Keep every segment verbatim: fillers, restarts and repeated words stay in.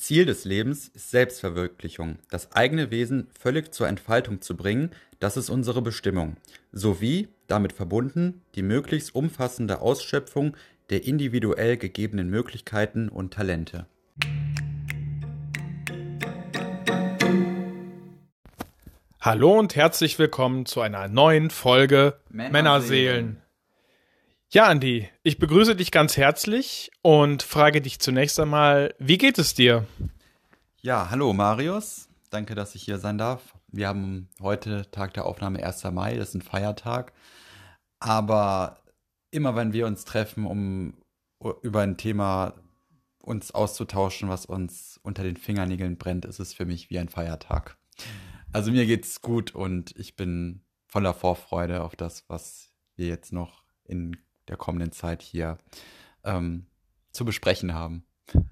Ziel des Lebens ist Selbstverwirklichung, das eigene Wesen völlig zur Entfaltung zu bringen, das ist unsere Bestimmung, sowie, damit verbunden, die möglichst umfassende Ausschöpfung der individuell gegebenen Möglichkeiten und Talente. Hallo und herzlich willkommen zu einer neuen Folge Männerseelen. Männerseelen. Ja, Andi, ich begrüße dich ganz herzlich und frage dich zunächst einmal, wie geht es dir? Ja, hallo Marius, danke, dass ich hier sein darf. Wir haben heute Tag der Aufnahme erster Mai, das ist ein Feiertag. Aber immer wenn wir uns treffen, um über ein Thema uns auszutauschen, was uns unter den Fingernägeln brennt, ist es für mich wie ein Feiertag. Also mir geht's gut und ich bin voller Vorfreude auf das, was wir jetzt noch in der kommenden Zeit hier ähm, zu besprechen haben.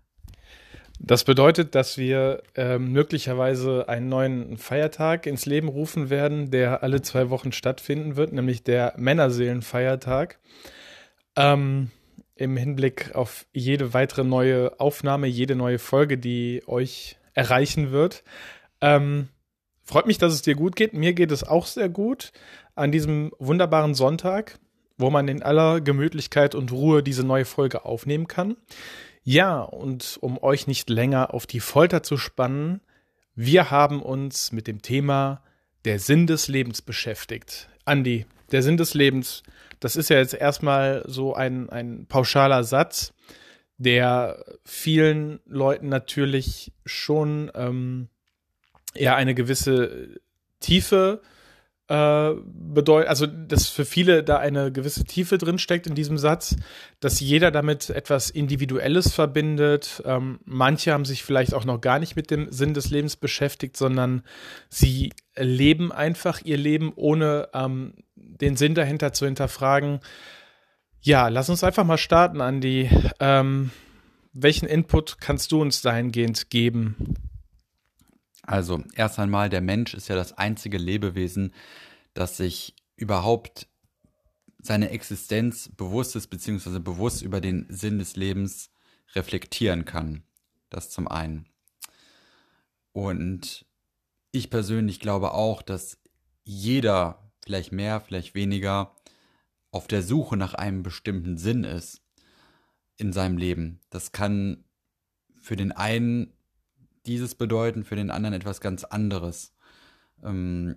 Das bedeutet, dass wir äh, möglicherweise einen neuen Feiertag ins Leben rufen werden, der alle zwei Wochen stattfinden wird, nämlich der Männerseelenfeiertag. Ähm, im Hinblick auf jede weitere neue Aufnahme, jede neue Folge, die euch erreichen wird. Ähm, freut mich, dass es dir gut geht. Mir geht es auch sehr gut an diesem wunderbaren Sonntag, wo man in aller Gemütlichkeit und Ruhe diese neue Folge aufnehmen kann. Ja, und um euch nicht länger auf die Folter zu spannen, wir haben uns mit dem Thema der Sinn des Lebens beschäftigt. Andi, der Sinn des Lebens, das ist ja jetzt erstmal so ein, ein pauschaler Satz, der vielen Leuten natürlich schon ähm, ja eine gewisse Tiefe äh, bedeutet, also dass für viele da eine gewisse Tiefe drin steckt in diesem Satz, dass jeder damit etwas Individuelles verbindet. Ähm, manche haben sich vielleicht auch noch gar nicht mit dem Sinn des Lebens beschäftigt, sondern sie leben einfach ihr Leben, ohne ähm, den Sinn dahinter zu hinterfragen. Ja, lass uns einfach mal starten, Andi. Ähm, welchen Input kannst du uns dahingehend geben? Also erst einmal, der Mensch ist ja das einzige Lebewesen, das sich überhaupt seine Existenz bewusst ist, beziehungsweise bewusst über den Sinn des Lebens reflektieren kann. Das zum einen. Und ich persönlich glaube auch, dass jeder, vielleicht mehr, vielleicht weniger, auf der Suche nach einem bestimmten Sinn ist in seinem Leben. Das kann für den einen dieses bedeuten, für den anderen etwas ganz anderes. Ähm,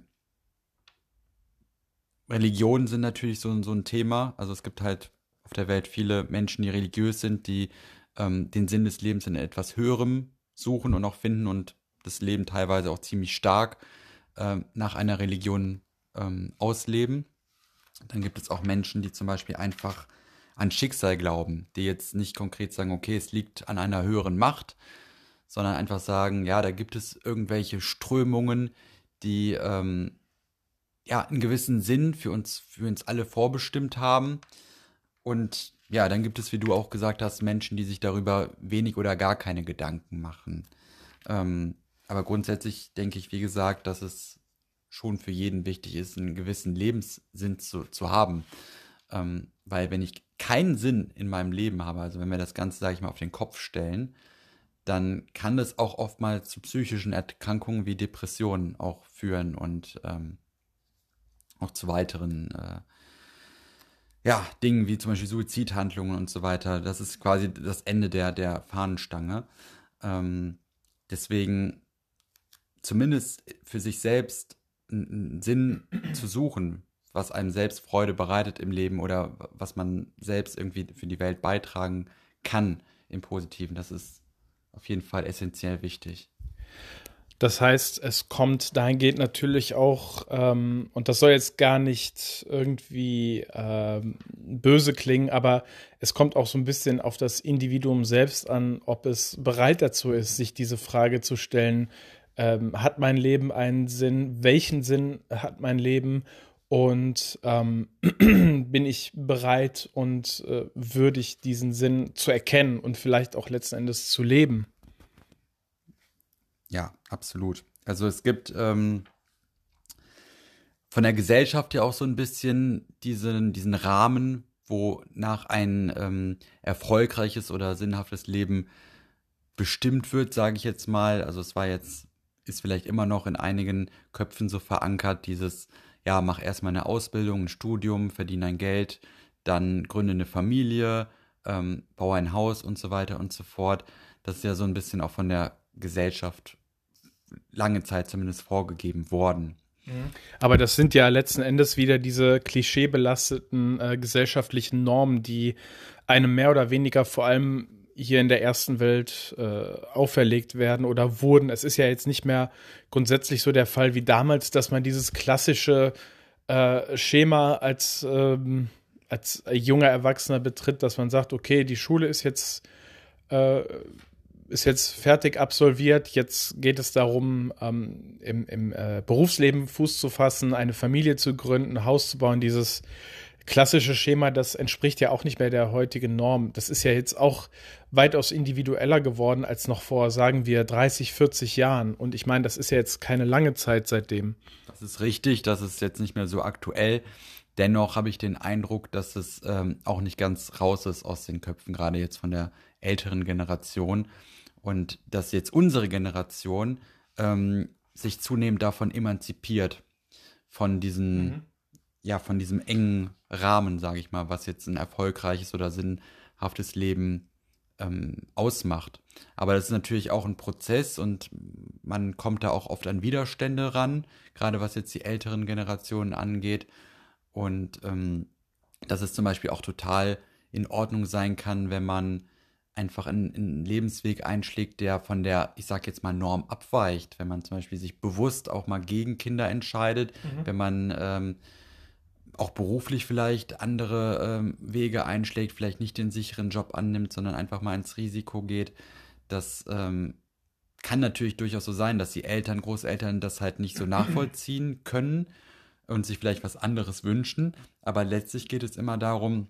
Religionen sind natürlich so, so ein Thema. Also es gibt halt auf der Welt viele Menschen, die religiös sind, die ähm, den Sinn des Lebens in etwas Höherem suchen und auch finden und das Leben teilweise auch ziemlich stark ähm, nach einer Religion ähm, ausleben. Dann gibt es auch Menschen, die zum Beispiel einfach an Schicksal glauben, die jetzt nicht konkret sagen, okay, es liegt an einer höheren Macht, sondern einfach sagen, ja, da gibt es irgendwelche Strömungen, die ähm, ja einen gewissen Sinn für uns, für uns alle vorbestimmt haben. Und ja, dann gibt es, wie du auch gesagt hast, Menschen, die sich darüber wenig oder gar keine Gedanken machen. Ähm, aber grundsätzlich denke ich, wie gesagt, dass es schon für jeden wichtig ist, einen gewissen Lebenssinn zu, zu haben. Ähm, weil wenn ich keinen Sinn in meinem Leben habe, also wenn wir das Ganze, sage ich mal, auf den Kopf stellen, dann kann das auch oftmals zu psychischen Erkrankungen wie Depressionen auch führen und ähm, auch zu weiteren äh, ja, Dingen wie zum Beispiel Suizidhandlungen und so weiter. Das ist quasi das Ende der, der Fahnenstange. Ähm, deswegen zumindest für sich selbst einen Sinn zu suchen, was einem selbst Freude bereitet im Leben oder was man selbst irgendwie für die Welt beitragen kann im Positiven. Das ist auf jeden Fall essentiell wichtig. Das heißt, es kommt dahingehend natürlich auch, ähm, und das soll jetzt gar nicht irgendwie ähm, böse klingen, aber es kommt auch so ein bisschen auf das Individuum selbst an, ob es bereit dazu ist, sich diese Frage zu stellen, ähm, hat mein Leben einen Sinn? Welchen Sinn hat mein Leben? Und ähm, bin ich bereit und äh, würdig, diesen Sinn zu erkennen und vielleicht auch letzten Endes zu leben? Ja, absolut. Also es gibt ähm, von der Gesellschaft ja auch so ein bisschen diesen, diesen Rahmen, wonach ein ähm, erfolgreiches oder sinnhaftes Leben bestimmt wird, sage ich jetzt mal. Also es war jetzt, ist vielleicht immer noch in einigen Köpfen so verankert, dieses, ja, mach erstmal eine Ausbildung, ein Studium, verdiene dein Geld, dann gründe eine Familie, ähm, baue ein Haus und so weiter und so fort. Das ist ja so ein bisschen auch von der Gesellschaft lange Zeit zumindest vorgegeben worden. Aber das sind ja letzten Endes wieder diese klischeebelasteten äh, gesellschaftlichen Normen, die einem mehr oder weniger vor allem hier in der ersten Welt äh, auferlegt werden oder wurden. Es ist ja jetzt nicht mehr grundsätzlich so der Fall wie damals, dass man dieses klassische äh, Schema als, ähm, als junger Erwachsener betritt, dass man sagt, okay, die Schule ist jetzt äh, ist jetzt fertig absolviert, jetzt geht es darum, ähm, im, im äh, Berufsleben Fuß zu fassen, eine Familie zu gründen, ein Haus zu bauen. Dieses klassische Schema, das entspricht ja auch nicht mehr der heutigen Norm. Das ist ja jetzt auch weitaus individueller geworden als noch vor, sagen wir, dreißig, vierzig Jahren. Und ich meine, das ist ja jetzt keine lange Zeit seitdem. Das ist richtig, das ist jetzt nicht mehr so aktuell. Dennoch habe ich den Eindruck, dass es ähm, auch nicht ganz raus ist aus den Köpfen, gerade jetzt von der älteren Generation. Und dass jetzt unsere Generation ähm, sich zunehmend davon emanzipiert, von diesen, mhm. ja, von diesem engen Rahmen, sage ich mal, was jetzt ein erfolgreiches oder sinnhaftes Leben ähm, ausmacht. Aber das ist natürlich auch ein Prozess und man kommt da auch oft an Widerstände ran, gerade was jetzt die älteren Generationen angeht. Und ähm, dass es zum Beispiel auch total in Ordnung sein kann, wenn man einfach einen, einen Lebensweg einschlägt, der von der, ich sag jetzt mal, Norm abweicht. Wenn man zum Beispiel sich bewusst auch mal gegen Kinder entscheidet, mhm. wenn man ähm, auch beruflich vielleicht andere ähm, Wege einschlägt, vielleicht nicht den sicheren Job annimmt, sondern einfach mal ins Risiko geht. Das ähm, kann natürlich durchaus so sein, dass die Eltern, Großeltern das halt nicht so nachvollziehen können und sich vielleicht was anderes wünschen. Aber letztlich geht es immer darum,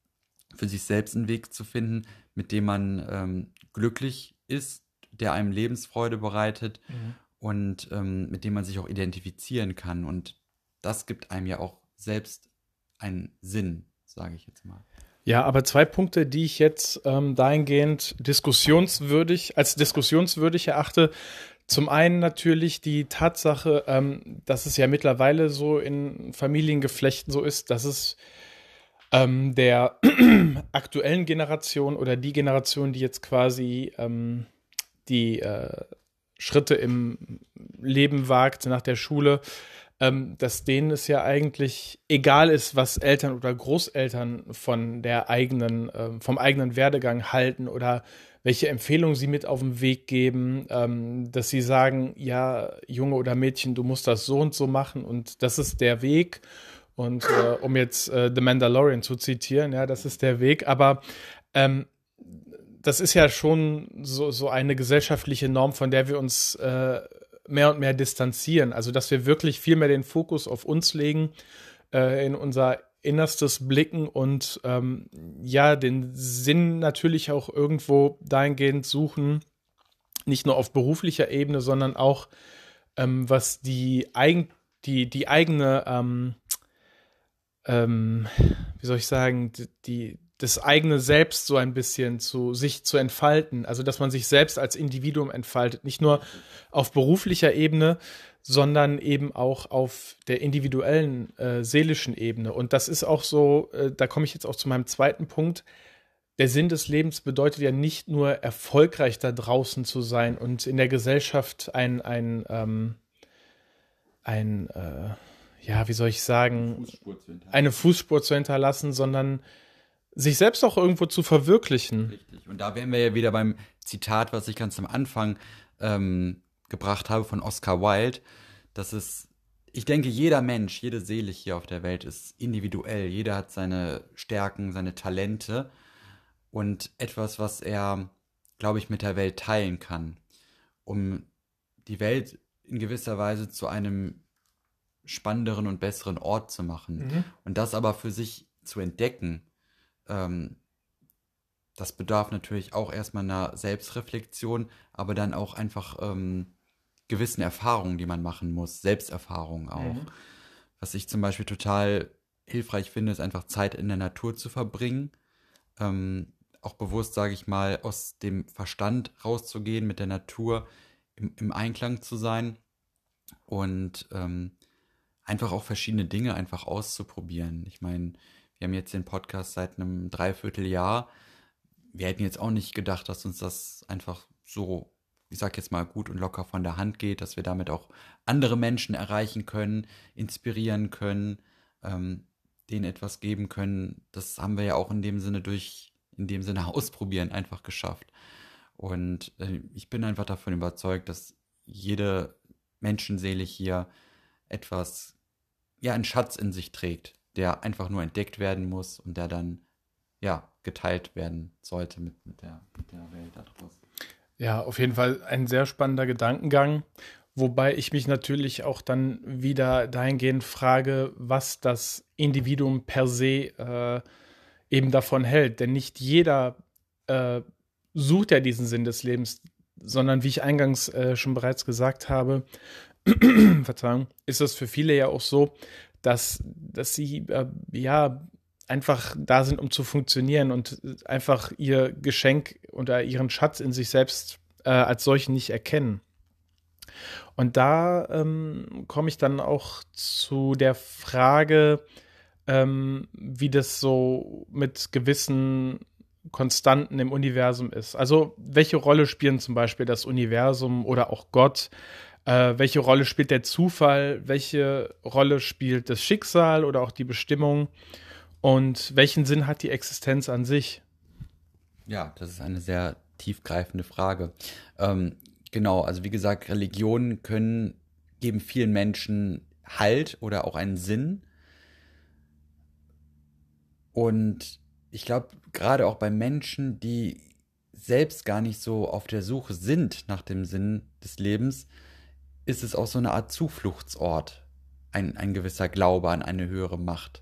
für sich selbst einen Weg zu finden, mit dem man ähm, glücklich ist, der einem Lebensfreude bereitet mhm. und ähm, mit dem man sich auch identifizieren kann. Und das gibt einem ja auch selbst einen Sinn, sage ich jetzt mal. Ja, aber zwei Punkte, die ich jetzt ähm, dahingehend diskussionswürdig, als diskussionswürdig erachte. Zum einen natürlich die Tatsache, ähm, dass es ja mittlerweile so in Familiengeflechten so ist, dass es ähm, der aktuellen Generation oder die Generation, die jetzt quasi ähm, die äh, Schritte im Leben wagt nach der Schule, ähm, dass denen es ja eigentlich egal ist, was Eltern oder Großeltern von der eigenen, äh, vom eigenen Werdegang halten oder welche Empfehlungen sie mit auf den Weg geben, ähm, dass sie sagen, ja, Junge oder Mädchen, du musst das so und so machen und das ist der Weg. Und äh, um jetzt äh, The Mandalorian zu zitieren, ja, das ist der Weg. Aber ähm, das ist ja schon so, so eine gesellschaftliche Norm, von der wir uns äh, mehr und mehr distanzieren. Also, dass wir wirklich viel mehr den Fokus auf uns legen, äh, in unser Innerstes blicken und ähm, ja, den Sinn natürlich auch irgendwo dahingehend suchen, nicht nur auf beruflicher Ebene, sondern auch ähm, was die, eigen, die, die eigene ähm, Ähm, wie soll ich sagen, die, die, das eigene Selbst so ein bisschen zu sich zu entfalten. Also, dass man sich selbst als Individuum entfaltet. Nicht nur auf beruflicher Ebene, sondern eben auch auf der individuellen, äh, seelischen Ebene. Und das ist auch so, äh, da komme ich jetzt auch zu meinem zweiten Punkt. Der Sinn des Lebens bedeutet ja nicht nur erfolgreich da draußen zu sein und in der Gesellschaft ein, ein, ähm, ein, äh, ja, wie soll ich sagen, Fußspur eine Fußspur zu hinterlassen, sondern sich selbst auch irgendwo zu verwirklichen. Richtig. Und da wären wir ja wieder beim Zitat, was ich ganz am Anfang ähm, gebracht habe von Oscar Wilde. Das ist, ich denke, jeder Mensch, jede Seele hier auf der Welt ist individuell. Jeder hat seine Stärken, seine Talente und etwas, was er, glaube ich, mit der Welt teilen kann, um die Welt in gewisser Weise zu einem spannenderen und besseren Ort zu machen. Mhm. Und das aber für sich zu entdecken, ähm, das bedarf natürlich auch erstmal einer Selbstreflexion, aber dann auch einfach ähm, gewissen Erfahrungen, die man machen muss, Selbsterfahrungen auch. Mhm. Was ich zum Beispiel total hilfreich finde, ist einfach Zeit in der Natur zu verbringen, ähm, auch bewusst, sage ich mal, aus dem Verstand rauszugehen, mit der Natur im, im Einklang zu sein und ähm, einfach auch verschiedene Dinge einfach auszuprobieren. Ich meine, wir haben jetzt den Podcast seit einem Dreivierteljahr. Wir hätten jetzt auch nicht gedacht, dass uns das einfach so, ich sag jetzt mal, gut und locker von der Hand geht, dass wir damit auch andere Menschen erreichen können, inspirieren können, ähm, denen etwas geben können. Das haben wir ja auch in dem Sinne durch, in dem Sinne ausprobieren einfach geschafft. Und äh, ich bin einfach davon überzeugt, dass jede Menschenseele hier etwas, ja, einen Schatz in sich trägt, der einfach nur entdeckt werden muss und der dann, ja, geteilt werden sollte mit, mit, der, mit der Welt da draußen. Ja, auf jeden Fall ein sehr spannender Gedankengang, wobei ich mich natürlich auch dann wieder dahingehend frage, was das Individuum per se äh, eben davon hält. Denn nicht jeder äh, sucht ja diesen Sinn des Lebens, sondern wie ich eingangs äh, schon bereits gesagt habe, Verzeihung, ist es für viele ja auch so, dass, dass sie äh, ja einfach da sind, um zu funktionieren und einfach ihr Geschenk oder ihren Schatz in sich selbst äh, als solchen nicht erkennen. Und da ähm, komme ich dann auch zu der Frage, ähm, wie das so mit gewissen Konstanten im Universum ist. Also welche Rolle spielen zum Beispiel das Universum oder auch Gott? Äh, welche Rolle spielt der Zufall? Welche Rolle spielt das Schicksal oder auch die Bestimmung? Und welchen Sinn hat die Existenz an sich? Ja, das ist eine sehr tiefgreifende Frage. Ähm, genau, also wie gesagt, Religionen können, geben vielen Menschen Halt oder auch einen Sinn. Und ich glaube, gerade auch bei Menschen, die selbst gar nicht so auf der Suche sind nach dem Sinn des Lebens, ist es auch so eine Art Zufluchtsort, ein, ein gewisser Glaube an eine höhere Macht.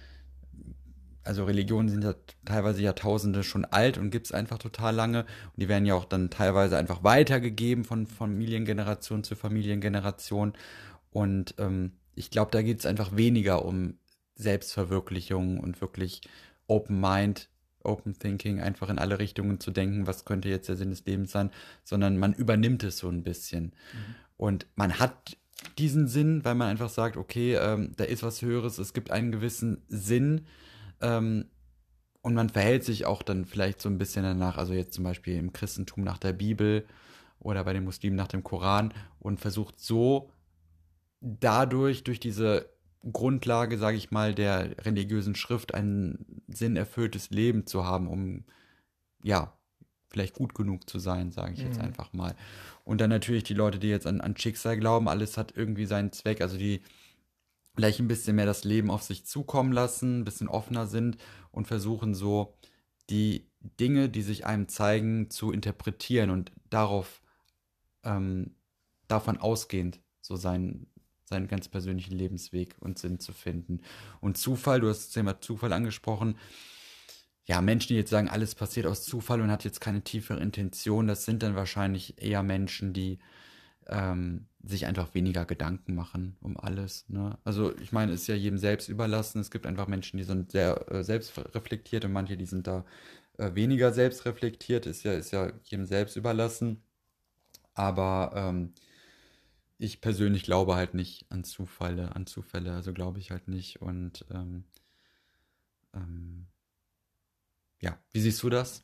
Also Religionen sind ja teilweise Jahrtausende schon alt und gibt es einfach total lange. Und die werden ja auch dann teilweise einfach weitergegeben von Familiengeneration zu Familiengeneration. Und ähm, ich glaube, da geht es einfach weniger um Selbstverwirklichung und wirklich Open Mind, Open Thinking, einfach in alle Richtungen zu denken, was könnte jetzt der Sinn des Lebens sein, sondern man übernimmt es so ein bisschen. Mhm. Und man hat diesen Sinn, weil man einfach sagt, okay, ähm, da ist was Höheres, es gibt einen gewissen Sinn, ähm, und man verhält sich auch dann vielleicht so ein bisschen danach, also jetzt zum Beispiel im Christentum nach der Bibel oder bei den Muslimen nach dem Koran und versucht so dadurch, durch diese Grundlage, sage ich mal, der religiösen Schrift ein sinnerfülltes Leben zu haben, um, ja, vielleicht gut genug zu sein, sage ich jetzt Mhm. einfach mal. Und dann natürlich die Leute, die jetzt an, an Schicksal glauben, alles hat irgendwie seinen Zweck, also die vielleicht ein bisschen mehr das Leben auf sich zukommen lassen, ein bisschen offener sind und versuchen so die Dinge, die sich einem zeigen, zu interpretieren und darauf, ähm, davon ausgehend so seinen, seinen ganz persönlichen Lebensweg und Sinn zu finden. Und Zufall, du hast das Thema Zufall angesprochen, ja, Menschen, die jetzt sagen, alles passiert aus Zufall und hat jetzt keine tiefere Intention, das sind dann wahrscheinlich eher Menschen, die ähm, sich einfach weniger Gedanken machen um alles. Ne? Also ich meine, es ist ja jedem selbst überlassen. Es gibt einfach Menschen, die sind sehr äh, selbstreflektiert und manche, die sind da äh, weniger selbstreflektiert. Ist ja, ist ja jedem selbst überlassen. Aber ähm, ich persönlich glaube halt nicht an Zufälle, an Zufälle, also glaube ich halt nicht. Und ähm, ähm, ja, wie siehst du das?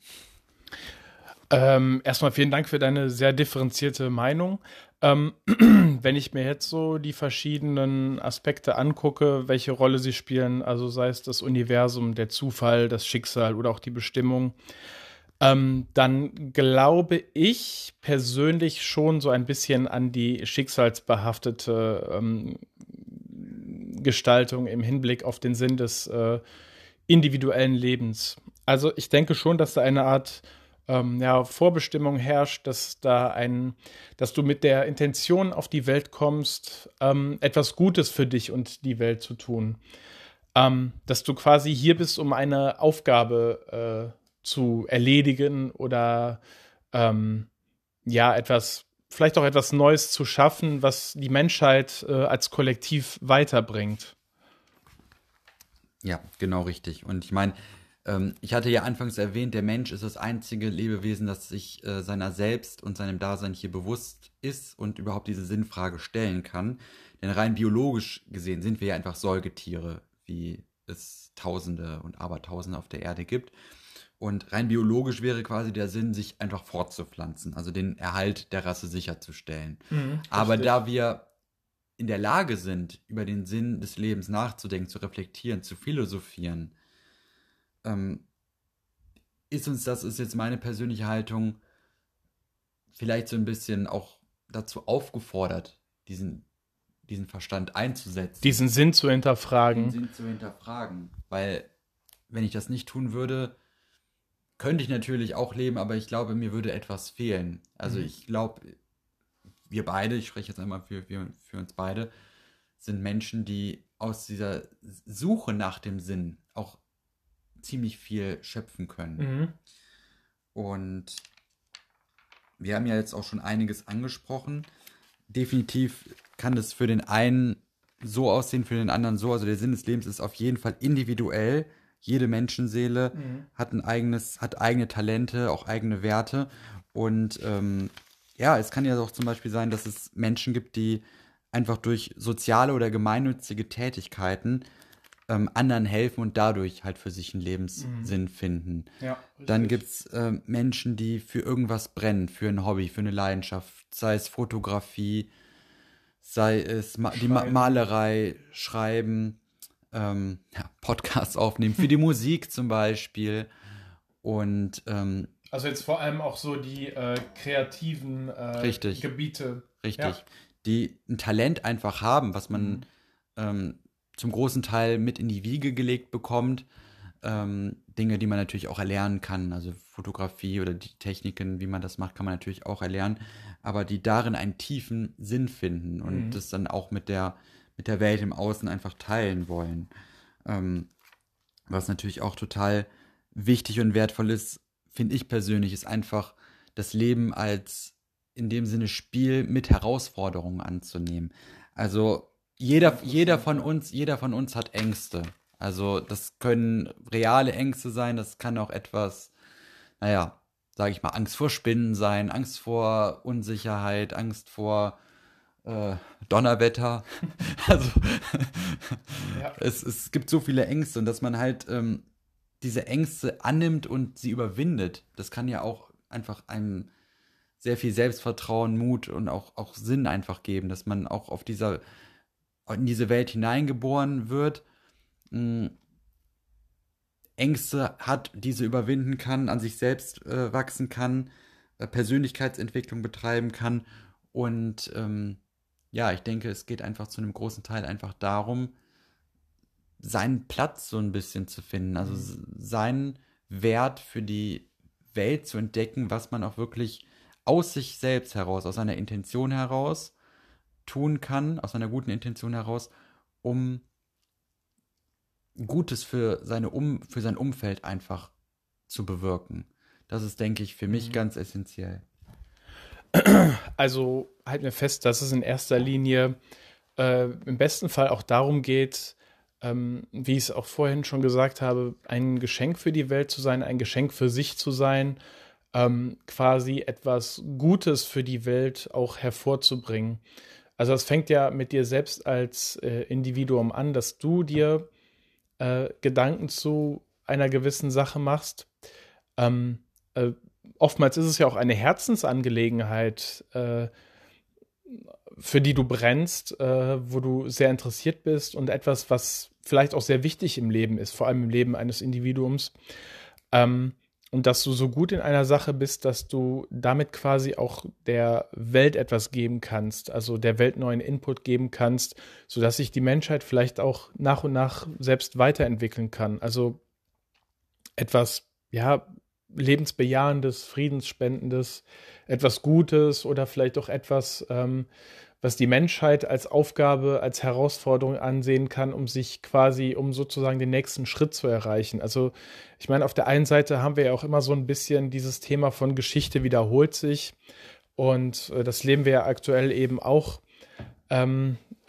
Ähm, erstmal vielen Dank für deine sehr differenzierte Meinung. Ähm, wenn ich mir jetzt so die verschiedenen Aspekte angucke, welche Rolle sie spielen, also sei es das Universum, der Zufall, das Schicksal oder auch die Bestimmung, ähm, dann glaube ich persönlich schon so ein bisschen an die schicksalsbehaftete ähm, Gestaltung im Hinblick auf den Sinn des äh, individuellen Lebens. Also ich denke schon, dass da eine Art ähm, ja, Vorbestimmung herrscht, dass da ein, dass du mit der Intention auf die Welt kommst, ähm, etwas Gutes für dich und die Welt zu tun. Ähm, dass du quasi hier bist, um eine Aufgabe äh, zu erledigen oder ähm, ja, etwas, vielleicht auch etwas Neues zu schaffen, was die Menschheit äh, als Kollektiv weiterbringt. Ja, genau richtig. Und ich meine, Ähm, ich hatte ja anfangs erwähnt, der Mensch ist das einzige Lebewesen, das sich äh, seiner selbst und seinem Dasein hier bewusst ist und überhaupt diese Sinnfrage stellen kann. Denn rein biologisch gesehen sind wir ja einfach Säugetiere, wie es Tausende und Abertausende auf der Erde gibt. Und rein biologisch wäre quasi der Sinn, sich einfach fortzupflanzen, also den Erhalt der Rasse sicherzustellen. Mhm, Aber richtig. da wir in der Lage sind, über den Sinn des Lebens nachzudenken, zu reflektieren, zu philosophieren, ähm, ist uns, das ist jetzt meine persönliche Haltung, vielleicht so ein bisschen auch dazu aufgefordert, diesen, diesen Verstand einzusetzen. Diesen Sinn zu den hinterfragen. Sinn zu hinterfragen. Weil, wenn ich das nicht tun würde, könnte ich natürlich auch leben, aber ich glaube, mir würde etwas fehlen. Also Mhm. ich glaube, wir beide, ich spreche jetzt einmal für, für, für uns beide, sind Menschen, die aus dieser Suche nach dem Sinn auch ziemlich viel schöpfen können. Mhm. Und wir haben ja jetzt auch schon einiges angesprochen. Definitiv kann das für den einen so aussehen, für den anderen so. Also der Sinn des Lebens ist auf jeden Fall individuell. Jede Menschenseele Mhm. hat ein eigenes, hat eigene Talente, auch eigene Werte. Und ähm, ja, es kann ja auch zum Beispiel sein, dass es Menschen gibt, die einfach durch soziale oder gemeinnützige Tätigkeiten ähm, anderen helfen und dadurch halt für sich einen Lebenssinn finden. Ja, Dann richtig. gibt es äh, Menschen, die für irgendwas brennen, für ein Hobby, für eine Leidenschaft, sei es Fotografie, sei es ma die Ma Schreiben. Malerei, Schreiben, ähm, ja, Podcasts aufnehmen, für die Musik zum Beispiel. Und ähm, Also jetzt vor allem auch so die äh, kreativen äh, Richtig. Gebiete. richtig, Ja. die ein Talent einfach haben, was man Mhm. ähm, zum großen Teil mit in die Wiege gelegt bekommt. Ähm, Dinge, die man natürlich auch erlernen kann, also Fotografie oder die Techniken, wie man das macht, kann man natürlich auch erlernen, aber die darin einen tiefen Sinn finden und Mhm. das dann auch mit der, mit der Welt im Außen einfach teilen wollen. Ähm, was natürlich auch total wichtig und wertvoll ist, finde ich persönlich, ist einfach das Leben als in dem Sinne Spiel mit Herausforderungen anzunehmen. Also jeder, jeder von ja. uns, jeder von uns hat Ängste. Also das können reale Ängste sein, das kann auch etwas, naja, sage ich mal, Angst vor Spinnen sein, Angst vor Unsicherheit, Angst vor äh, Donnerwetter. Also Ja. es, es gibt so viele Ängste und dass man halt ähm, diese Ängste annimmt und sie überwindet, das kann ja auch einfach einem sehr viel Selbstvertrauen, Mut und auch, auch Sinn einfach geben, dass man auch auf dieser, in diese Welt hineingeboren wird, mh, Ängste hat, diese überwinden kann, an sich selbst äh, wachsen kann, äh, Persönlichkeitsentwicklung betreiben kann. Und ähm, ja, ich denke, es geht einfach zu einem großen Teil einfach darum, seinen Platz so ein bisschen zu finden, also s- seinen Wert für die Welt zu entdecken, was man auch wirklich aus sich selbst heraus, aus seiner Intention heraus tun kann, aus einer guten Intention heraus, um Gutes für seine um für sein Umfeld einfach zu bewirken. Das ist, denke ich, für mich ganz essentiell. Also halten wir fest, dass es in erster Linie äh, im besten Fall auch darum geht, ähm, wie ich es auch vorhin schon gesagt habe, ein Geschenk für die Welt zu sein, ein Geschenk für sich zu sein, ähm, quasi etwas Gutes für die Welt auch hervorzubringen. Also das fängt ja mit dir selbst als äh, Individuum an, dass du dir äh, Gedanken zu einer gewissen Sache machst. Ähm, äh, Oftmals ist es ja auch eine Herzensangelegenheit, äh, für die du brennst, äh, wo du sehr interessiert bist und etwas, was vielleicht auch sehr wichtig im Leben ist, vor allem im Leben eines Individuums. Ähm, und dass du so gut in einer Sache bist, dass du damit quasi auch der Welt etwas geben kannst, also der Welt neuen Input geben kannst, sodass sich die Menschheit vielleicht auch nach und nach selbst weiterentwickeln kann. Also etwas, ja, lebensbejahendes, friedensspendendes, etwas Gutes oder vielleicht auch etwas, ähm, was die Menschheit als Aufgabe, als Herausforderung ansehen kann, um sich quasi, um sozusagen den nächsten Schritt zu erreichen. Also ich meine, auf der einen Seite haben wir ja auch immer so ein bisschen dieses Thema von Geschichte wiederholt sich und äh, das leben wir ja aktuell eben auch. Ähm,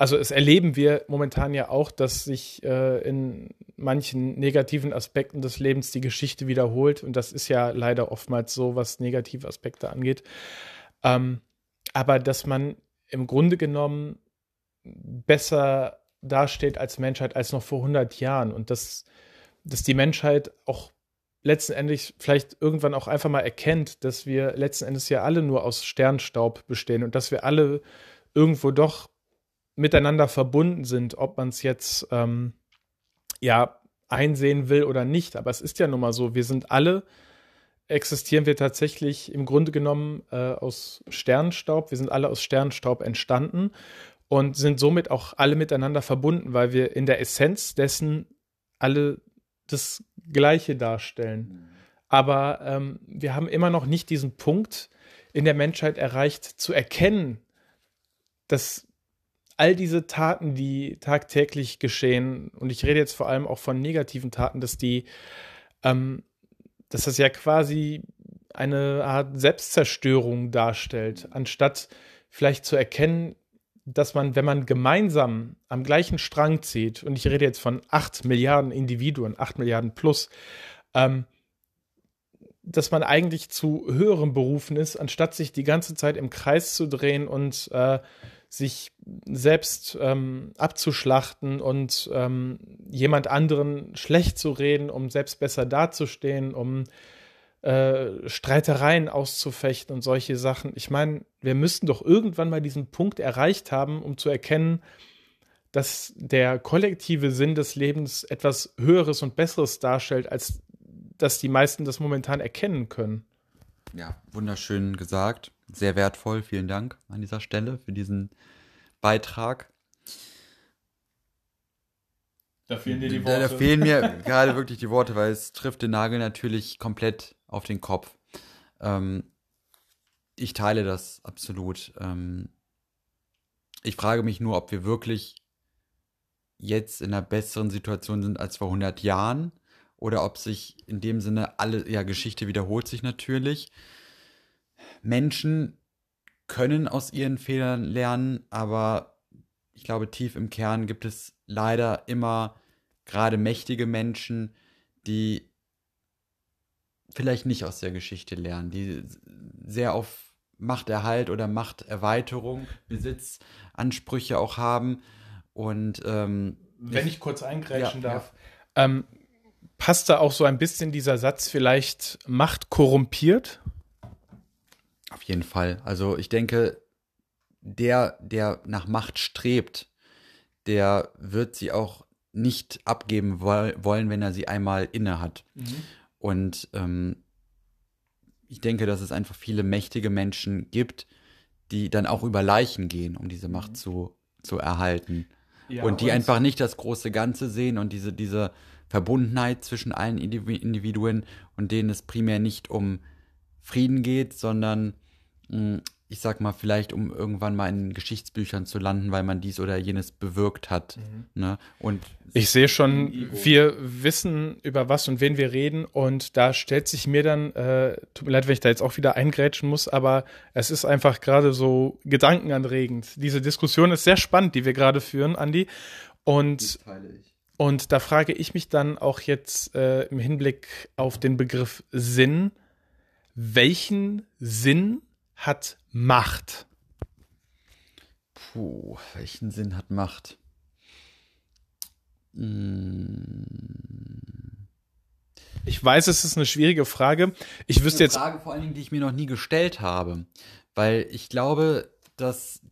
also es erleben wir momentan ja auch, dass sich äh, in manchen negativen Aspekten des Lebens die Geschichte wiederholt. Und das ist ja leider oftmals so, was negative Aspekte angeht. Ähm, aber dass man im Grunde genommen besser dasteht als Menschheit als noch vor hundert Jahren. Und dass, dass die Menschheit auch letzten Endes vielleicht irgendwann auch einfach mal erkennt, dass wir letzten Endes ja alle nur aus Sternstaub bestehen und dass wir alle irgendwo doch miteinander verbunden sind, ob man es jetzt ähm, ja einsehen will oder nicht. Aber es ist ja nun mal so, wir sind alle, existieren wir tatsächlich im Grunde genommen äh, aus Sternstaub. Wir sind alle aus Sternstaub entstanden und sind somit auch alle miteinander verbunden, weil wir in der Essenz dessen alle das Gleiche darstellen. Aber ähm, wir haben immer noch nicht diesen Punkt in der Menschheit erreicht, zu erkennen, dass all diese Taten, die tagtäglich geschehen, und ich rede jetzt vor allem auch von negativen Taten, dass die, ähm, dass das ja quasi eine Art Selbstzerstörung darstellt, anstatt vielleicht zu erkennen, dass man, wenn man gemeinsam am gleichen Strang zieht, und ich rede jetzt von acht Milliarden Individuen, acht Milliarden plus, ähm, dass man eigentlich zu höherem berufen ist, anstatt sich die ganze Zeit im Kreis zu drehen und äh, sich selbst ähm, abzuschlachten und ähm, jemand anderen schlecht zu reden, um selbst besser dazustehen, um äh, Streitereien auszufechten und solche Sachen. Ich meine, wir müssten doch irgendwann mal diesen Punkt erreicht haben, um zu erkennen, dass der kollektive Sinn des Lebens etwas Höheres und Besseres darstellt, als dass die meisten das momentan erkennen können. Ja, wunderschön gesagt. Sehr wertvoll. Vielen Dank an dieser Stelle für diesen Beitrag. Da fehlen dir die Da, Worte. da fehlen mir gerade wirklich die Worte, weil es trifft den Nagel natürlich komplett auf den Kopf. Ähm, ich teile das absolut. Ähm, ich frage mich nur, ob wir wirklich jetzt in einer besseren Situation sind als vor hundert Jahren oder ob sich in dem Sinne alle, ja, Geschichte wiederholt sich natürlich. Menschen können aus ihren Fehlern lernen, aber ich glaube, tief im Kern gibt es leider immer gerade mächtige Menschen, die vielleicht nicht aus der Geschichte lernen, die sehr auf Machterhalt oder Machterweiterung, Besitzansprüche auch haben. Und ähm, wenn ich kurz eingrätschen ja, darf, ja. ähm, passt da auch so ein bisschen dieser Satz vielleicht, Macht korrumpiert? Auf jeden Fall. Also ich denke, der, der nach Macht strebt, der wird sie auch nicht abgeben wollen, wenn er sie einmal inne hat. Mhm. Und ähm, ich denke, dass es einfach viele mächtige Menschen gibt, die dann auch über Leichen gehen, um diese Macht mhm. zu, zu erhalten. Ja, und die und einfach nicht das große Ganze sehen und diese, diese Verbundenheit zwischen allen Individuen und denen es primär nicht um Frieden geht, sondern mh, ich sag mal, vielleicht um irgendwann mal in Geschichtsbüchern zu landen, weil man dies oder jenes bewirkt hat. Mhm. Ne? Und ich sehe schon, wir wissen, über was und wen wir reden, und da stellt sich mir dann, äh, tut mir leid, wenn ich da jetzt auch wieder eingrätschen muss, aber es ist einfach gerade so gedankenanregend. Diese Diskussion ist sehr spannend, die wir gerade führen, Andi. Und, und da frage ich mich dann auch jetzt äh, im Hinblick auf den Begriff Sinn, welchen Sinn hat Macht? Puh, welchen Sinn hat Macht? Ich weiß, es ist eine schwierige Frage. Ich wüsste jetzt. Eine Frage vor allen Dingen, die ich mir noch nie gestellt habe. Weil ich glaube, dass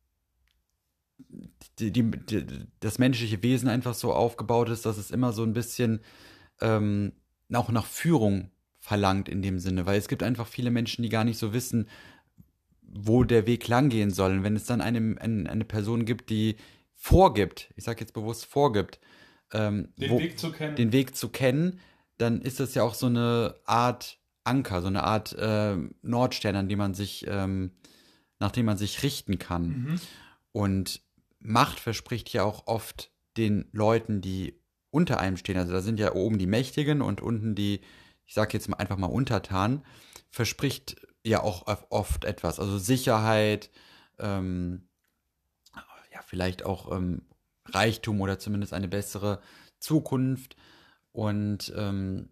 die, die, die, das menschliche Wesen einfach so aufgebaut ist, dass es immer so ein bisschen ähm, auch nach Führung verlangt in dem Sinne. Weil es gibt einfach viele Menschen, die gar nicht so wissen, wo der Weg lang gehen soll. Und wenn es dann eine, eine, eine Person gibt, die vorgibt, ich sage jetzt bewusst vorgibt, ähm, den, wo, Weg zu kennen. den Weg zu kennen, dann ist das ja auch so eine Art Anker, so eine Art äh, Nordstern, an dem man sich, ähm, nach dem man sich richten kann. Mhm. Und Macht verspricht ja auch oft den Leuten, die unter einem stehen, also da sind ja oben die Mächtigen und unten die, ich sage jetzt mal einfach mal Untertanen, verspricht ja auch oft etwas, also Sicherheit, ähm, ja, vielleicht auch ähm, Reichtum oder zumindest eine bessere Zukunft. Und ähm,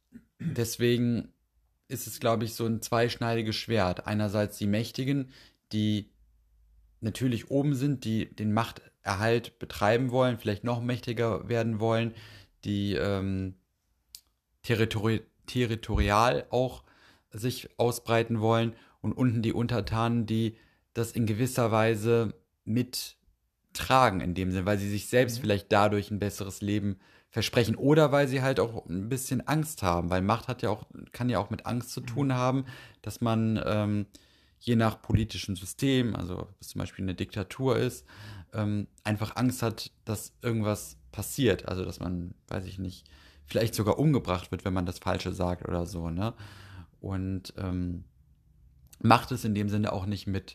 deswegen ist es, glaube ich, so ein zweischneidiges Schwert. Einerseits die Mächtigen, die natürlich oben sind, die den Machterhalt betreiben wollen, vielleicht noch mächtiger werden wollen, die ähm, territori territorial auch sich ausbreiten wollen, und unten die Untertanen, die das in gewisser Weise mittragen in dem Sinn, weil sie sich selbst Mhm. vielleicht dadurch ein besseres Leben versprechen oder weil sie halt auch ein bisschen Angst haben, weil Macht hat ja auch, kann ja auch mit Angst zu Mhm. tun haben, dass man ähm, je nach politischem System, also ob es zum Beispiel eine Diktatur ist, ähm, einfach Angst hat, dass irgendwas passiert, also dass man, weiß ich nicht, vielleicht sogar umgebracht wird, wenn man das Falsche sagt oder so, ne? Und ähm, Macht es in dem Sinne auch nicht mit